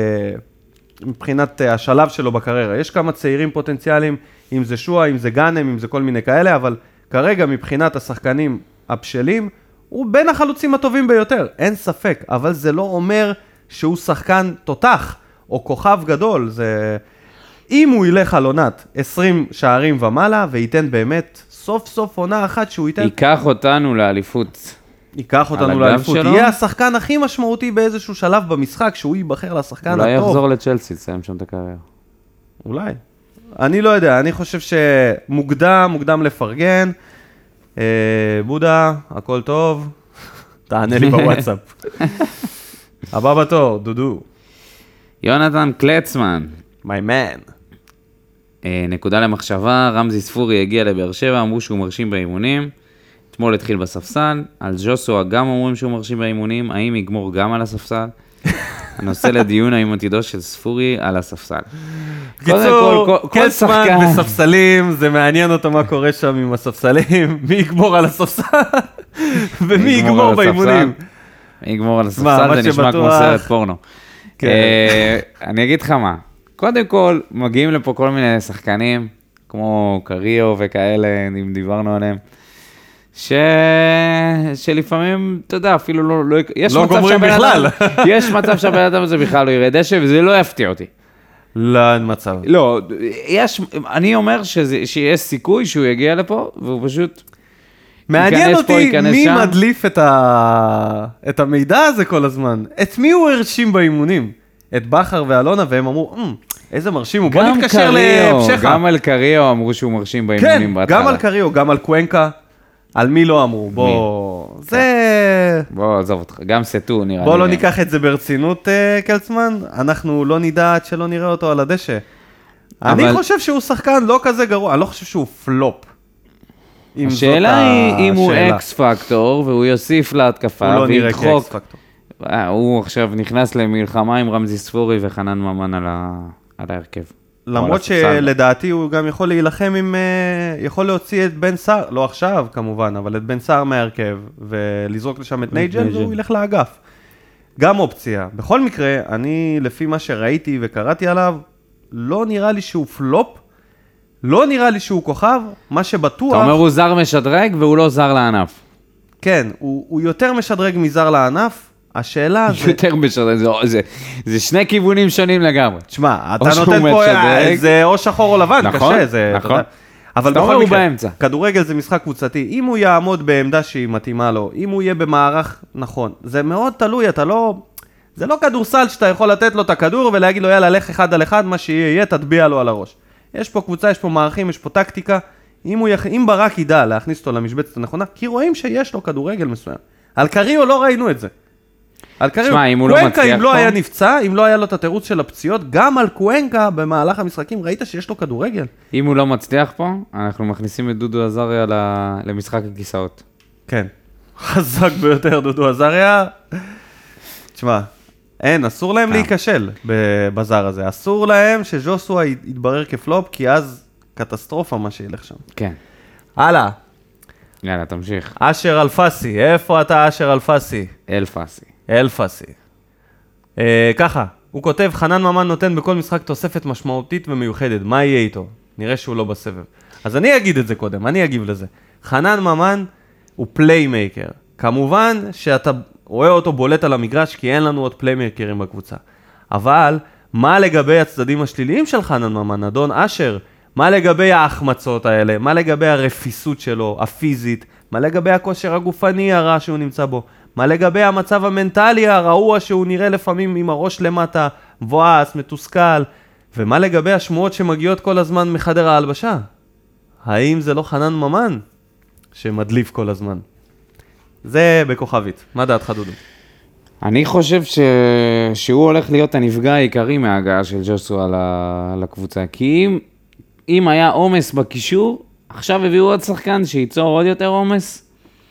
מבחינת השלב שלו בקריירה. יש כמה צעירים פוטנציאליים, אם זה שואה, אם זה גאנם, אם זה כל מיני כאלה, אבל כרגע מבחינת השחקנים הבשלים, הוא בין החלוצים הטובים ביותר, אין ספק, אבל זה לא אומר שהוא שחקן תותח או כוכב גדול, זה... אם הוא ילך על עונת עשרים שערים ומעלה, וייתן באמת סוף סוף עונה אחת שהוא ייתן... ייקח אותנו לאליפות. ייקח אותנו הגב לאליפות. שלו? יהיה השחקן הכי משמעותי באיזשהו שלב במשחק, שהוא ייבחר לשחקן הטוב. אולי יחזור לצ'לסי, תסיים שם את הקריירה. אולי. אני לא יודע, אני חושב שמוקדם, מוקדם לפרגן. אה, בודה, הכל טוב. תענה לי בוואטסאפ. הבא בתור, דודו. יונתן קלצמן. My man. אה, נקודה למחשבה, רמזי ספורי הגיע לבאר שבע, אמרו שהוא מרשים באימונים. אתמול התחיל בספסל, על ג'וסואה גם אומרים שהוא מרשים באימונים, האם יגמור גם על הספסל? הנושא לדיון האם עתידו של ספורי על הספסל. קיצור, קלצמן בספסלים, זה מעניין אותו מה קורה שם עם הספסלים, מי יגמור על הספסל ומי יגמור באימונים. מי יגמור על הספסל, זה נשמע כמו סרט פורנו. אני אגיד לך מה, קודם כל מגיעים לפה כל מיני שחקנים, כמו קריו וכאלה, אם דיברנו עליהם, ש... שלפעמים, אתה יודע, אפילו לא... לא, יש לא גומרים בכלל. אדם, יש מצב שהבן אדם הזה בכלל לא ירד דשא, וזה לא יפתיע אותי. לא, אין מצב. לא, יש, אני אומר שזה, שיש סיכוי שהוא יגיע לפה, והוא פשוט... מעניין אותי פה, מי שם. מדליף את, ה... את המידע הזה כל הזמן. את מי הוא הרשים באימונים? את בכר ואלונה, והם אמרו, "אמ, איזה מרשים הוא, בוא נתקשר להמשך. גם על קריו אמרו שהוא מרשים באימונים כן, בהתחלה. גם על קריו, גם על קוונקה. על מי לא אמרו, בוא... זה... בוא, עזוב אותך, גם סטו נראה לי. בוא לא ניקח את זה ברצינות, אה, קלצמן. אנחנו לא נדע עד שלא נראה אותו על הדשא. אני אבל- חושב שהוא שחקן לא כזה גרוע, אני לא חושב שהוא פלופ. אם זאת השאלה היא אם הוא השאלה. אקס פקטור, והוא יוסיף להתקפה, הוא לא נראה כאקס וידחוק. פקטור. אה, הוא עכשיו נכנס למלחמה עם רמזי ספורי וחנן ממן על ה- על ההרכב. או על למרות הספסל. שלדעתי הוא גם יכול להילחם עם, אה, יכול להוציא את בן סער, לא עכשיו כמובן, אבל את בן סער מהרכב, ולזרוק לשם את נייג'ל, נייג'ל. והוא ילך לאגף. גם אופציה. בכל מקרה, אני לפי מה שראיתי וקראתי עליו, לא נראה לי שהוא פלופ, לא נראה לי שהוא כוכב, מה שבטוח... אתה אומר הוא זר משדרג והוא לא זר לענף. כן, הוא, הוא יותר משדרג מזר לענף, השאלה זה... יותר משדרג, זה- זה- זה שני כיוונים שונים לגמרי. תשמע, או אתה שהוא נותן פה, משדרג. זה או שחור או לבן, נכון, קשה, זה... אתה נכון. יודע. אבל אתה אומר, בכל הוא מקרה, באמצע. כדורגל זה משחק קבוצתי. אם הוא יעמוד בעמדה שהיא מתאימה לו, אם הוא יהיה במערך נכון, זה מאוד תלוי, אתה לא... זה לא כדורסל שאתה יכול לתת לו את הכדור ולהגיד לו, יאללה, לך אחד על אחד, מה שיהיה, תטביע לו על הראש. יש פה קבוצה, יש פה מערכים, יש פה טקטיקה. אם, הוא יח... אם ברק ידע להכניס אותו למשבצת הנכונה, כי רואים שיש לו כדורגל מסוים. על קריו לא ראינו את זה. על קריו, שמה, אם הוא לא קוונקה, מצליח אם לא פה... היה נפצע, אם לא היה לו את התירוץ של הפציעות, גם על קוונקה במהלך המשחקים, ראית שיש לו כדורגל? אם הוא לא מצליח פה, אנחנו מכניסים את דודו עזריה למשחק הכיסאות. כן. חזק ביותר דודו עזריה. תשמע, אין, אסור להם להיכשל בבזר הזה. אסור להם שז'וסווה יתברר כפלופ, כי אז קטסטרופה מה שילך שם. כן. הלאה. יאללה, תמשיך. אשר אלפסי, איפה אתה אשר אלפסי? אלפסי. אלפסי. אה, ככה, הוא כותב, חנן ממן נותן בכל משחק תוספת משמעותית ומיוחדת, מה יהיה איתו? נראה שהוא לא בסבב. אז אני אגיד את זה קודם, אני אגיב לזה. חנן ממן הוא פליימייקר. כמובן שאתה רואה אותו בולט על המגרש, כי אין לנו עוד פליימייקרים בקבוצה. אבל, מה לגבי הצדדים השליליים של חנן ממן, אדון אשר? מה לגבי ההחמצות האלה? מה לגבי הרפיסות שלו, הפיזית? מה לגבי הכושר הגופני הרע שהוא נמצא בו? מה לגבי המצב המנטלי הרעוע שהוא נראה לפעמים עם הראש למטה, מבואס, מתוסכל? ומה לגבי השמועות שמגיעות כל הזמן מחדר ההלבשה? האם זה לא חנן ממן שמדליף כל הזמן? זה בכוכבית. מה דעתך דודו? אני חושב ש... שהוא הולך להיות הנפגע העיקרי מההגעה של ג'וסווה לקבוצה, כי אם, אם היה עומס בקישור, עכשיו הביאו עוד שחקן שייצור עוד יותר עומס,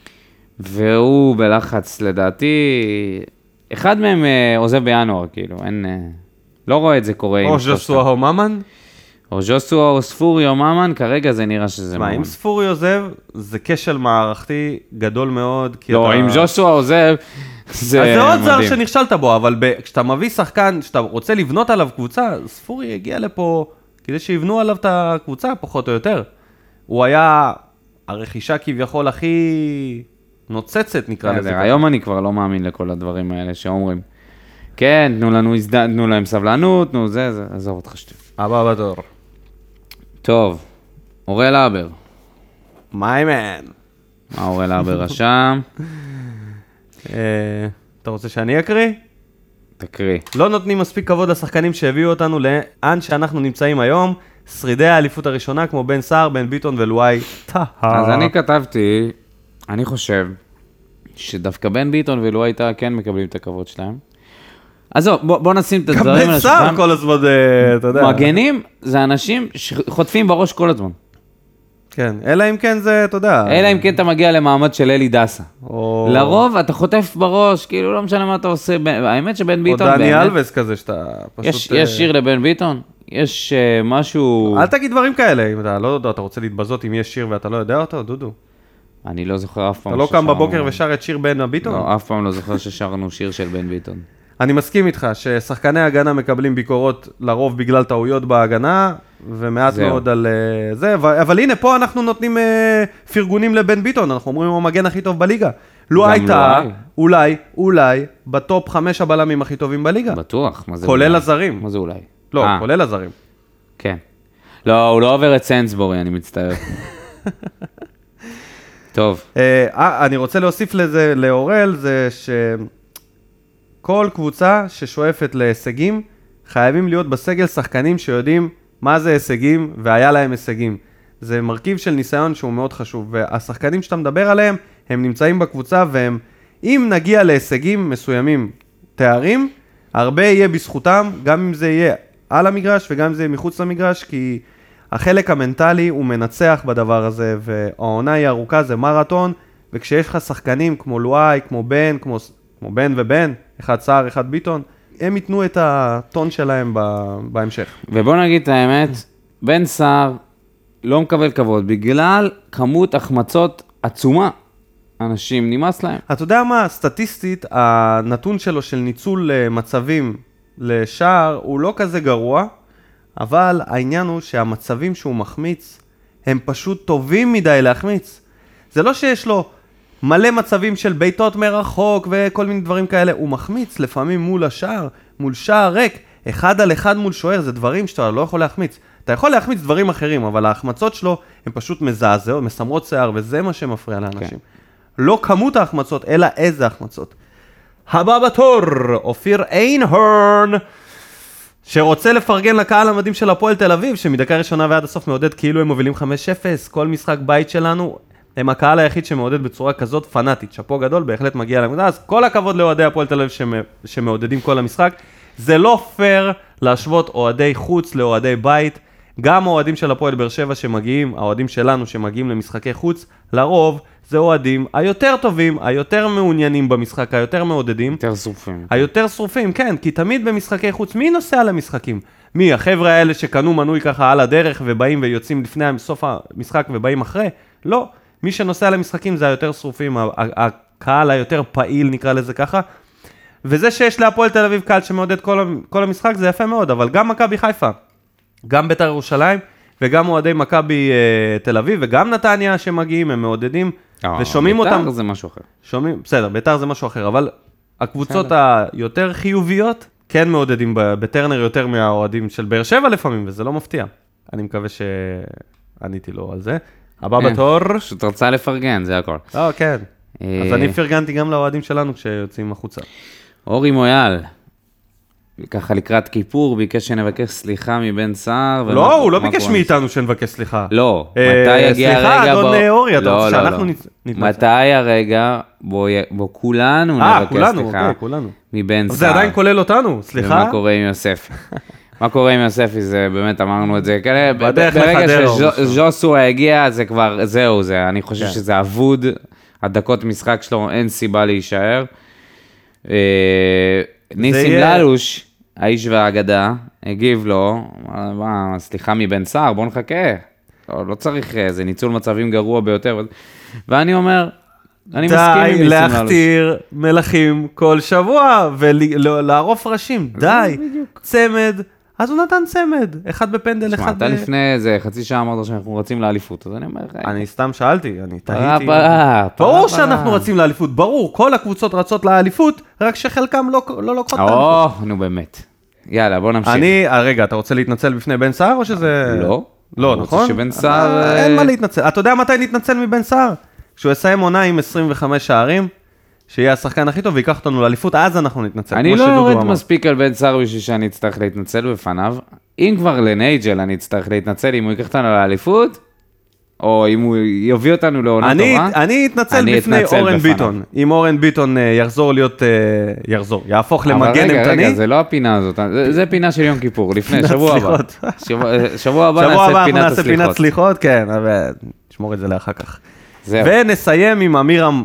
והוא בלחץ לדעתי, אחד מהם עוזב בינואר, כאילו, אין, לא רואה את זה קורה. או ג'וסווה או ממן? או ג'וסווה או ספורי או ממן, כרגע זה נראה שזה ממן. אם ספורי עוזב, זה כשל מערכתי גדול מאוד. לא, אם ג'וסווה עוזב, זה מדהים. אז זה עוד זר שנכשלת בו, אבל כשאתה מביא שחקן, כשאתה רוצה לבנות עליו קבוצה, ספורי הגיע לפה כדי שיבנו עליו את הקבוצה, פחות או יותר. הוא היה הרכישה כביכול הכי נוצצת, נקרא לזה. היום אני כבר לא מאמין לכל הדברים האלה שאומרים. כן, תנו לנו, תנו להם סבלנות, תנו זה, זה, עזוב אותך שתיים. הבא בתור. טוב, אורל אבר. My man. מה אורל אבר רשם? אתה רוצה שאני אקריא? תקריא. לא נותנים מספיק כבוד לשחקנים שהביאו אותנו לאן שאנחנו נמצאים היום, שרידי האליפות הראשונה כמו בן סער, בן ביטון ולואי טהא. אז אני כתבתי, אני חושב שדווקא בן ביטון ולואי טהא כן מקבלים את הכבוד שלהם. אז זהו, בוא, בוא נשים את הדברים גם בן סער כל הזמן, אתה יודע. מגנים זה אנשים שחוטפים בראש כל הזמן. כן, אלא אם כן זה, אתה יודע. אלא אם כן אתה מגיע למעמד של אלי דסה. או... לרוב אתה חוטף בראש, כאילו לא משנה מה אתה עושה, האמת שבן ביטון או באמת... דני אלווס כזה שאתה פשוט... יש, יש שיר לבן ביטון? יש uh, משהו... אל תגיד דברים כאלה, אם אתה לא יודע, אתה רוצה להתבזות אם יש שיר ואתה לא יודע אותו, דודו. אני לא זוכר אף פעם אתה לא קם בבוקר ושר את שיר בן ביטון? לא, אף פעם לא זוכר ששרנו שיר של בן ביטון. אני מסכים איתך ששחקני ההגנה מקבלים ביקורות לרוב בגלל טעויות בהגנה, ומעט זהו. מאוד על uh, זה, אבל הנה פה אנחנו נותנים uh, פרגונים לבן ביטון, אנחנו אומרים הוא המגן הכי טוב בליגה. לו הייתה, אולי, אולי, בטופ חמש הבלמים הכי טובים בליגה. בטוח, מה זה כולל אולי? הזרים. מה זה אולי? לא, 아, כולל הזרים. כן. לא, הוא לא עובר את סנסבורי, אני מצטער. טוב. אה, אני רוצה להוסיף לזה, לאורל, זה שכל קבוצה ששואפת להישגים, חייבים להיות בסגל שחקנים שיודעים מה זה הישגים, והיה להם הישגים. זה מרכיב של ניסיון שהוא מאוד חשוב, והשחקנים שאתה מדבר עליהם, הם נמצאים בקבוצה, והם, אם נגיע להישגים מסוימים, תארים, הרבה יהיה בזכותם, גם אם זה יהיה על המגרש, וגם אם זה יהיה מחוץ למגרש, כי החלק המנטלי הוא מנצח בדבר הזה, והעונה היא ארוכה, זה מרתון, וכשיש לך שחקנים כמו לואי, כמו בן, כמו, כמו בן ובן, אחד סער, אחד ביטון, הם ייתנו את הטון שלהם בהמשך. ובוא נגיד את האמת, בן סער לא מקבל כבוד, בגלל כמות החמצות עצומה. אנשים נמאס להם. אתה יודע מה, סטטיסטית, הנתון שלו של ניצול מצבים לשער הוא לא כזה גרוע, אבל העניין הוא שהמצבים שהוא מחמיץ, הם פשוט טובים מדי להחמיץ. זה לא שיש לו מלא מצבים של ביתות מרחוק וכל מיני דברים כאלה, הוא מחמיץ לפעמים מול השער, מול שער ריק, אחד על אחד מול שוער, זה דברים שאתה לא יכול להחמיץ. אתה יכול להחמיץ דברים אחרים, אבל ההחמצות שלו הן פשוט מזעזעות, מסמרות שיער, וזה מה שמפריע לאנשים. כן. לא כמות ההחמצות, אלא איזה החמצות. הבא בתור, אופיר איינהורן, שרוצה לפרגן לקהל המדהים של הפועל תל אביב, שמדקה ראשונה ועד הסוף מעודד כאילו הם מובילים חמש אפס, כל משחק בית שלנו, הם הקהל היחיד שמעודד בצורה כזאת פנאטית, שפו גדול, בהחלט מגיע למודע, אז כל הכבוד לאוהדי הפועל תל אביב שמעודדים כל המשחק, זה לא פייר להשוות אוהדי חוץ לאוהדי בית, גם האוהדים של הפועל באר שבע שמגיעים, האוהדים שלנו שמגיעים למשחקי חוץ, לרוב זה אוהדים היותר טובים, היותר מעוניינים במשחק, היותר מעודדים. יותר שרופים. היותר שרופים, כן, כי תמיד במשחקי חוץ, מי נוסע למשחקים? מי? החבר'ה האלה שקנו מנוי ככה על הדרך ובאים ויוצאים לפני סוף המשחק ובאים אחרי? לא. מי שנוסע למשחקים זה היותר שרופים, הקהל היותר פעיל נקרא לזה ככה. וזה שיש להפועל תל אביב קהל שמעודד כל המשחק זה יפה מאוד, אבל גם מכבי חיפה, גם בית"ר ירושלים וגם אוהדי מכבי תל אביב וגם נתניה שמגיעים, הם מעודדים ושומעים אותם. בית"ר זה משהו אחר. שומעים, בסדר, בית"ר זה משהו אחר, אבל הקבוצות היותר חיוביות כן מעודדים בטרנר יותר מהאוהדים של באר שבע לפעמים, וזה לא מפתיע. אני מקווה שעניתי לו על זה. הבא בתור. פשוט רצה לפרגן, זה הכל. אה, כן. אז אני פרגנתי גם לאוהדים שלנו כשיוצאים החוצה. אורי מויאל. ככה לקראת כיפור, ביקש שנבקש סליחה מבן סער. לא, הוא לא ביקש מאיתנו שנבקש סליחה. לא, מתי יגיע הרגע בו... סליחה, אדון אורי, אתה רוצה שאנחנו נתנצל. מתי הרגע בו כולנו נבקש סליחה מבן סער. זה עדיין כולל אותנו, סליחה. ומה קורה עם יוספי? מה קורה עם יוספי, זה באמת אמרנו את זה, בדרך ברגע שז'וסווה הגיע, זה כבר, זהו, אני חושב שזה אבוד, הדקות משחק שלו, אין סיבה להישאר. ניסים ללוש, האיש והאגדה, הגיב לו, סליחה מבן סער, בוא נחכה, לא, לא צריך, זה ניצול מצבים גרוע ביותר, ואני אומר, אני מסכים עם ניסים ללוש. די להכתיר מלכים כל שבוע, ולערוף ראשים, די, צמד, אז הוא נתן צמד, אחד בפנדל, אחד... אתה לפני איזה חצי שעה אמרת שאנחנו רצים לאליפות, אז אני אומר... אני סתם שאלתי, אני תהיתי... ברור שאנחנו רצים לאליפות, ברור, כל הקבוצות רצות לאליפות, רק שחלקם לא לוקחות לאליפות. או, נו באמת. יאללה, בוא נמשיך. אני, רגע, אתה רוצה להתנצל בפני בן סער, או שזה... לא. לא, נכון? שבן סער... אין מה להתנצל. אתה יודע מתי להתנצל מבן סער? כשהוא יסיים עונה עם עשרים וחמש שערים, שיהיה השחקן הכי טוב ויקח אותנו לאליפות, אז אנחנו נתנצל. אני לא יורד מספיק על בן סער בשביל שאני אצטרך להתנצל בפניו. אם כבר לנייג'ל אני אצטרך להתנצל אם הוא ייקח אותנו לאליפות, או אם הוא יביא אותנו לעונה טובה. אני אתנצל בפני אורן ביטון. אם אורן ביטון יחזור להיות, יחזור, יהפוך למגן אימתני. רגע, רגע, זה לא הפינה הזאת. זה פינה של יום כיפור, לפני, שבוע הבא. שבוע הבא נעשה פינת סליחות. כן, אבל נשמור את זה לאחר כך. ונסיים עם אמירם,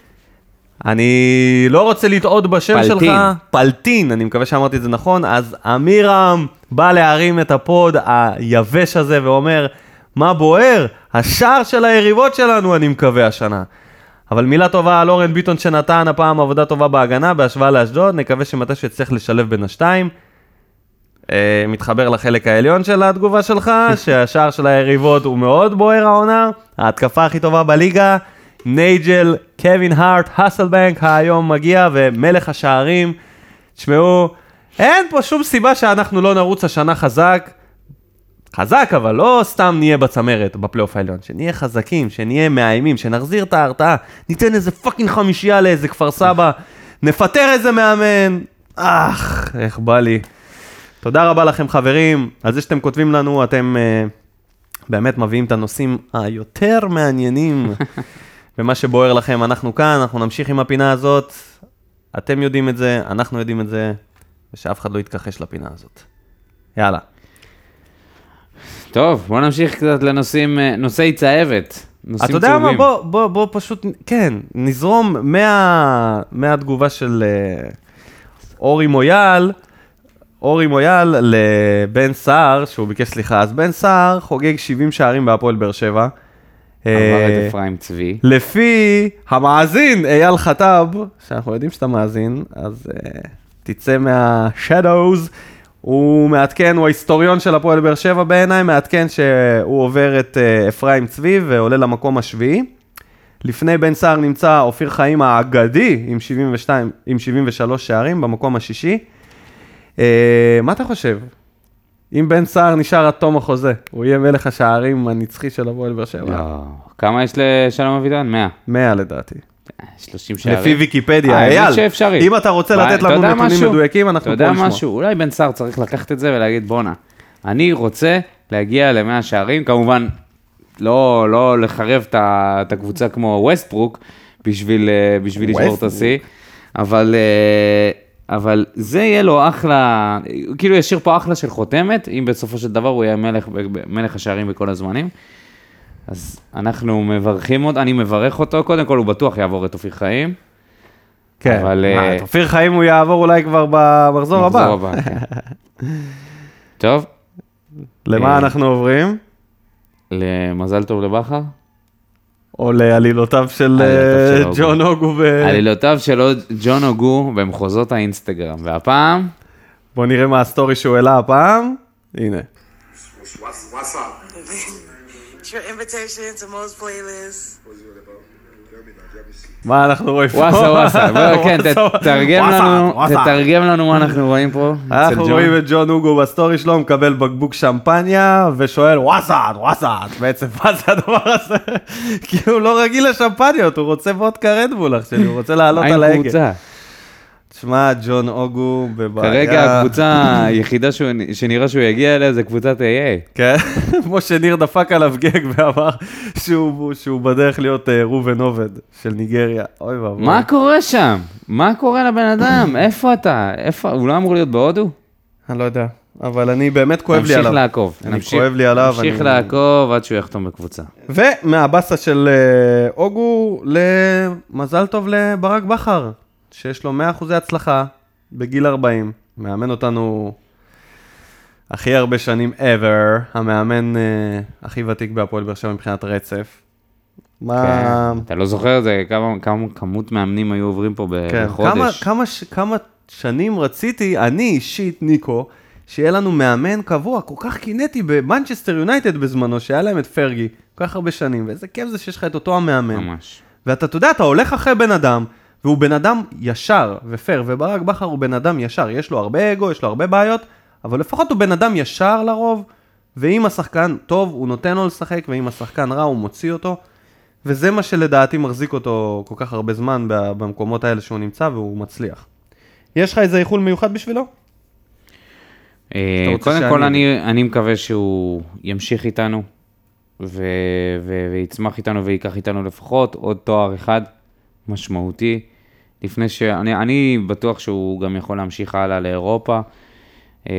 אני לא רוצה לטעות בשם פלטין. שלך, פלטין, אני מקווה שאמרתי את זה נכון, אז אמירם בא להרים את הפוד היבש הזה ואומר, מה בוער? השער של היריבות שלנו אני מקווה השנה. אבל מילה טובה על אורן ביטון שנתן הפעם עבודה טובה בהגנה, בהשוואה לאשדוד, נקווה שמתי שצריך לשלב בין השתיים. אה, מתחבר לחלק העליון של התגובה שלך, שהשער של היריבות הוא מאוד בוער העונה, ההתקפה הכי טובה בליגה, נייג'ל, קווין הארט, הסלבנק, היום מגיע ומלך השערים. תשמעו, אין פה שום סיבה שאנחנו לא נרוץ השנה חזק, חזק אבל לא סתם נהיה בצמרת בפלייאוף העליון, שנהיה חזקים, שנהיה מאיימים, שנחזיר את ההרתעה, ניתן איזה פאקינג חמישייה לאיזה כפר סבא, נפטר איזה מאמן, אך, איך בא לי. תודה רבה לכם חברים, על זה שאתם כותבים לנו, אתם uh, באמת מביאים את הנושאים היותר מעניינים, ומה שבוער לכם, אנחנו כאן, אנחנו נמשיך עם הפינה הזאת, אתם יודעים את זה, אנחנו יודעים את זה, ושאף אחד לא יתכחש לפינה הזאת. יאללה. טוב, בוא נמשיך קצת לנושאים, נושאי צהבת, נושאים צהובים. אתה יודע מה, בוא, בוא, בוא פשוט, כן, נזרום מה, מהתגובה של uh, אורי מויאל, אורי מויאל לבן סער, שהוא ביקש סליחה, אז בן סער חוגג שבעים שערים בהפועל באר שבע. עבר את אפרים צבי. לפי המאזין, אייל חטב, שאנחנו יודעים שאתה מאזין, אז uh, תצא מה-shadows, הוא מעדכן, הוא ההיסטוריון של הפועל באר שבע בעיניי, מעדכן שהוא עובר את uh, אפרים צבי ועולה למקום השביעי. לפני בן סער נמצא אופיר חיים האגדי עם שבעים ושתיים, עם שבעים ושלוש שערים במקום השישי. Uh, מה אתה חושב? אם בן סער נשאר עד תום החוזה, הוא יהיה מלך השערים הנצחי של הפועל באר שבע. לא. כמה יש לשלום אבידן? מאה. מאה לדעתי. שלושים שערים. לפי ויקיפדיה. האמת אייל, שאפשרי. אם אתה רוצה לתת אתה לנו יודע נתונים משהו? מדויקים, אנחנו אתה פה יודע לשמוע. משהו? אולי בן סער צריך לקחת את זה ולהגיד, בונה, אני רוצה להגיע למאה שערים, כמובן, לא, לא לחרב את ה- את הקבוצה כמו ווסטברוק, בשביל, אה, בשביל לשבור את השיא, אבל, אה, אבל זה יהיה לו אחלה, כאילו ישאיר פה אחלה של חותמת, אם בסופו של דבר הוא יהיה מלך, מלך השערים בכל הזמנים. אז אנחנו מברכים אותו, אני מברך אותו, קודם כל הוא בטוח יעבור את אופיר חיים. כן, אבל, מה, אה, את אופיר חיים הוא יעבור אולי כבר במחזור הבא. מחזור הבא, כן. טוב, למה אה, אנחנו עוברים? למזל טוב לבחר. או לעלילותיו של עלילותיו אה, של ג'ון אוגו ב... עלילותיו של עוד ג'ון אוגו במחוזות האינסטגרם, והפעם, בוא נראה מה הסטורי שהוא העלה הפעם. הנה. What's, what's up? It's your invitation to Mo's playlist. מה אנחנו רואים פה? וואסה וואסה, בוא, כן, וואסה, תתרגם וואסה, לנו, וואסה. תתרגם לנו מה אנחנו רואים פה. אצל אנחנו ג'ון. רואים את ג'ון אוגו בסטורי שלו, מקבל בקבוק שמפניה, ושואל, וואסאד, וואסאד, בעצם מה זה הדבר הזה? כי הוא לא רגיל לשמפניות, הוא רוצה וודקה רדבול אח שלי, הוא רוצה לעלות מה עם על ההגה. קבוצה? תשמע, ג'ון אוגו בבעיה. כרגע הקבוצה היחידה שהוא- שנראה שהוא יגיע אליה זה קבוצת איי איי. כן, כמו שניר דפק עליו גג ואמר שהוא שהוא בדרך להיות אה, ראובן עובד של ניגריה. אוי ואבוי. מה קורה שם? מה קורה לבן אדם? איפה אתה? איפה? הוא לא אמור להיות בהודו? אני לא יודע, אבל אני באמת כואב לי נמשיך עליו. לעקוב. אני נמשיך- כואב לי עליו. נמשיך אני- לעקוב עד שהוא יחתום בקבוצה. ומהבאסה של אה, אוגו למזל טוב לברק בכר, שיש לו מאה אחוז הצלחה בגיל ארבעים, מאמן אותנו הכי הרבה שנים ever, המאמן אה, הכי ותיק בהפועל באר שבע מבחינת רצף. מה... כן, אתה לא זוכר את זה, כמה, כמה כמות מאמנים היו עוברים פה ב- כן, בחודש. כמה, כמה, ש- כמה שנים רציתי, אני אישית, ניקו, שיהיה לנו מאמן קבוע, כל כך קינאתי במנצ'סטר יונייטד בזמנו, שהיה להם את פרגי, כל כך הרבה שנים, ואיזה כיף זה שיש לך את אותו המאמן. ממש. ואתה, אתה יודע, אתה הולך אחרי בן אדם, והוא בן אדם ישר ופייר, וברק בכר הוא בן אדם ישר, יש לו הרבה אגו, יש לו הרבה בעיות, אבל לפחות הוא בן אדם ישר לרוב, ואם השחקן טוב, הוא נותן לו לשחק, ואם השחקן רע, הוא מוציא אותו, וזה מה שלדעתי מחזיק אותו כל כך הרבה זמן במקומות האלה שהוא נמצא, והוא מצליח. יש לך איזה איחול מיוחד בשבילו? אה, שאתה רוצה קודם שאני כל, אגיד? אני, אני מקווה שהוא ימשיך איתנו, ו, ו, ויצמח איתנו ויקח איתנו לפחות עוד תואר אחד משמעותי, לפני ש... אני, אני בטוח שהוא גם יכול להמשיך הלאה לאירופה, אה,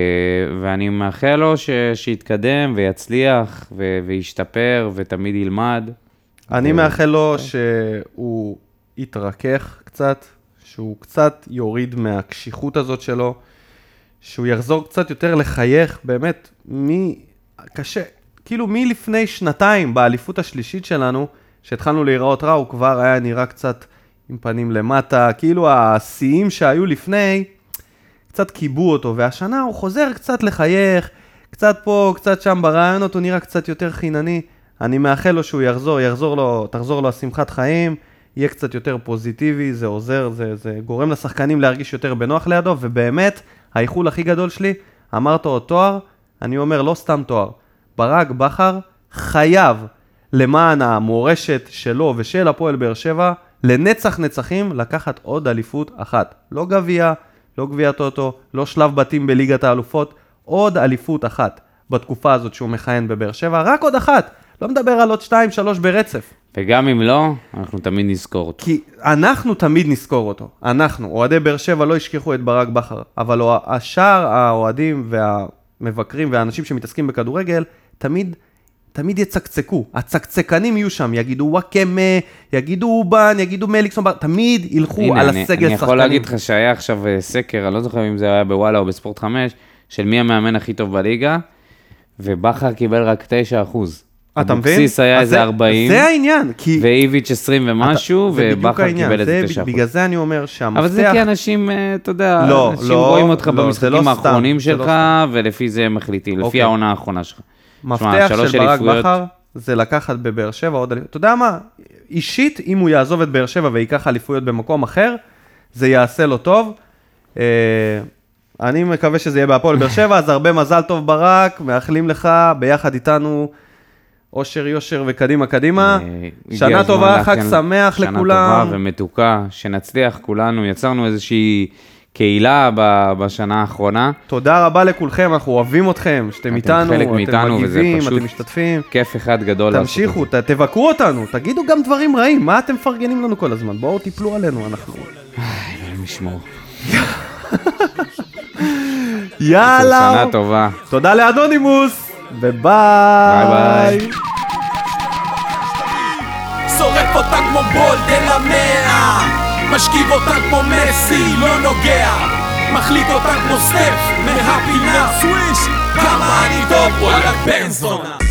ואני מאחל לו ש, שיתקדם ויצליח ו, וישתפר ותמיד ילמד. אני ו- מאחל לו שהוא יתרכך קצת, שהוא קצת יוריד מהקשיחות הזאת שלו, שהוא יחזור קצת יותר לחייך, באמת, מי... קשה, כאילו מלפני שנתיים, באליפות השלישית שלנו, שהתחלנו להיראות רע, הוא כבר היה נראה קצת עם פנים למטה, כאילו השיאים שהיו לפני, קצת קיבו אותו, והשנה הוא חוזר קצת לחייך, קצת פה, קצת שם ברעיונות, הוא נראה קצת יותר חינני, אני מאחל לו שהוא יחזור, יחזור לו, תחזור לו השמחת חיים, יהיה קצת יותר פוזיטיבי, זה עוזר, זה, זה גורם לשחקנים להרגיש יותר בנוח לידו, ובאמת, האיחול הכי גדול שלי, אמרת עוד תואר, אני אומר לא סתם תואר, ברק בכר חייב למען המורשת שלו ושל הפועל באר שבע, לנצח נצחים לקחת עוד אליפות אחת. לא גביע, לא גביע טוטו, לא שלב בתים בליגת האלופות, עוד אליפות אחת בתקופה הזאת שהוא מכהן בבאר שבע, רק עוד אחת. לא מדבר על עוד שתיים, שלוש ברצף. וגם אם לא, אנחנו תמיד נזכור אותו. כי אנחנו תמיד נזכור אותו. אנחנו, אוהדי באר שבע לא ישכחו את ברק בכר, אבל השאר האוהדים והמבקרים והאנשים שמתעסקים בכדורגל, תמיד, תמיד יצקצקו. הצקצקנים יהיו שם, יגידו וואקמה, יגידו אובן, יגידו מליקסון, תמיד ילכו הנה, על אני, הסגל אני שחקנים. יכול להגיד לך שהיה עכשיו אה, סקר, אני לא זוכר אם זה היה בוואלה או בספורט חמש, של מי המאמן הכי טוב בליגה, ובכר קיבל רק תשע אחוז. אתה מבין? אבוקסיס היה אז איזה זה- ארבעים, זה העניין, כי... ואיביץ' עשרים ומשהו, אתה- זה בדיוק ובכר העניין, קיבל זה איזה ב- תשע אחוז. בגלל זה אני אומר שהמפתח... אבל זה כי אנשים, אה, אתה יודע, לא, אנשים לא, רואים אותך לא, זה במשחקים לא סתם, האחרונים זה לא שלך, סתם. ולפי זה הם מחליטים, לפי אוקיי. העונה האחרונה שלך. מפתח שלוש של ברק אליפויות. בכר זה לקחת בבאר שבע עוד אליפויות. אתה יודע מה? אישית, אם הוא יעזוב את באר שבע ויקח אליפויות במקום אחר, זה יעשה לו טוב. אה, אני מקווה שזה יהיה בהפועל באר שבע, אז הרבה מזל טוב ברק, מאחלים לך ביחד איתנו אושר יושר וקדימה קדימה. שנה טובה, חג שמח לכולם. שנה טובה ומתוקה, שנצליח כולנו, יצרנו איזושהי קהילה בשנה האחרונה. תודה רבה לכולכם, אנחנו אוהבים אתכם, שאתם איתנו, אתם מגיבים, אתם משתתפים. כיף אחד גדול. תמשיכו, תבקרו אותנו, תגידו גם דברים רעים, מה אתם מפרגנים לנו כל הזמן? בואו תיפלו עלינו, אנחנו... אלוהים ישמור. יאללה. שנה טובה. תודה לאנונימוס, וביי. ביי ביי. שורף אותה כמו בולדן המאה, משכיב אותה כמו מסי, לא נוגע, מחליט אותה כמו סטף, מהפינה סוויש, כמה אני טוב, וואלה בן זונה.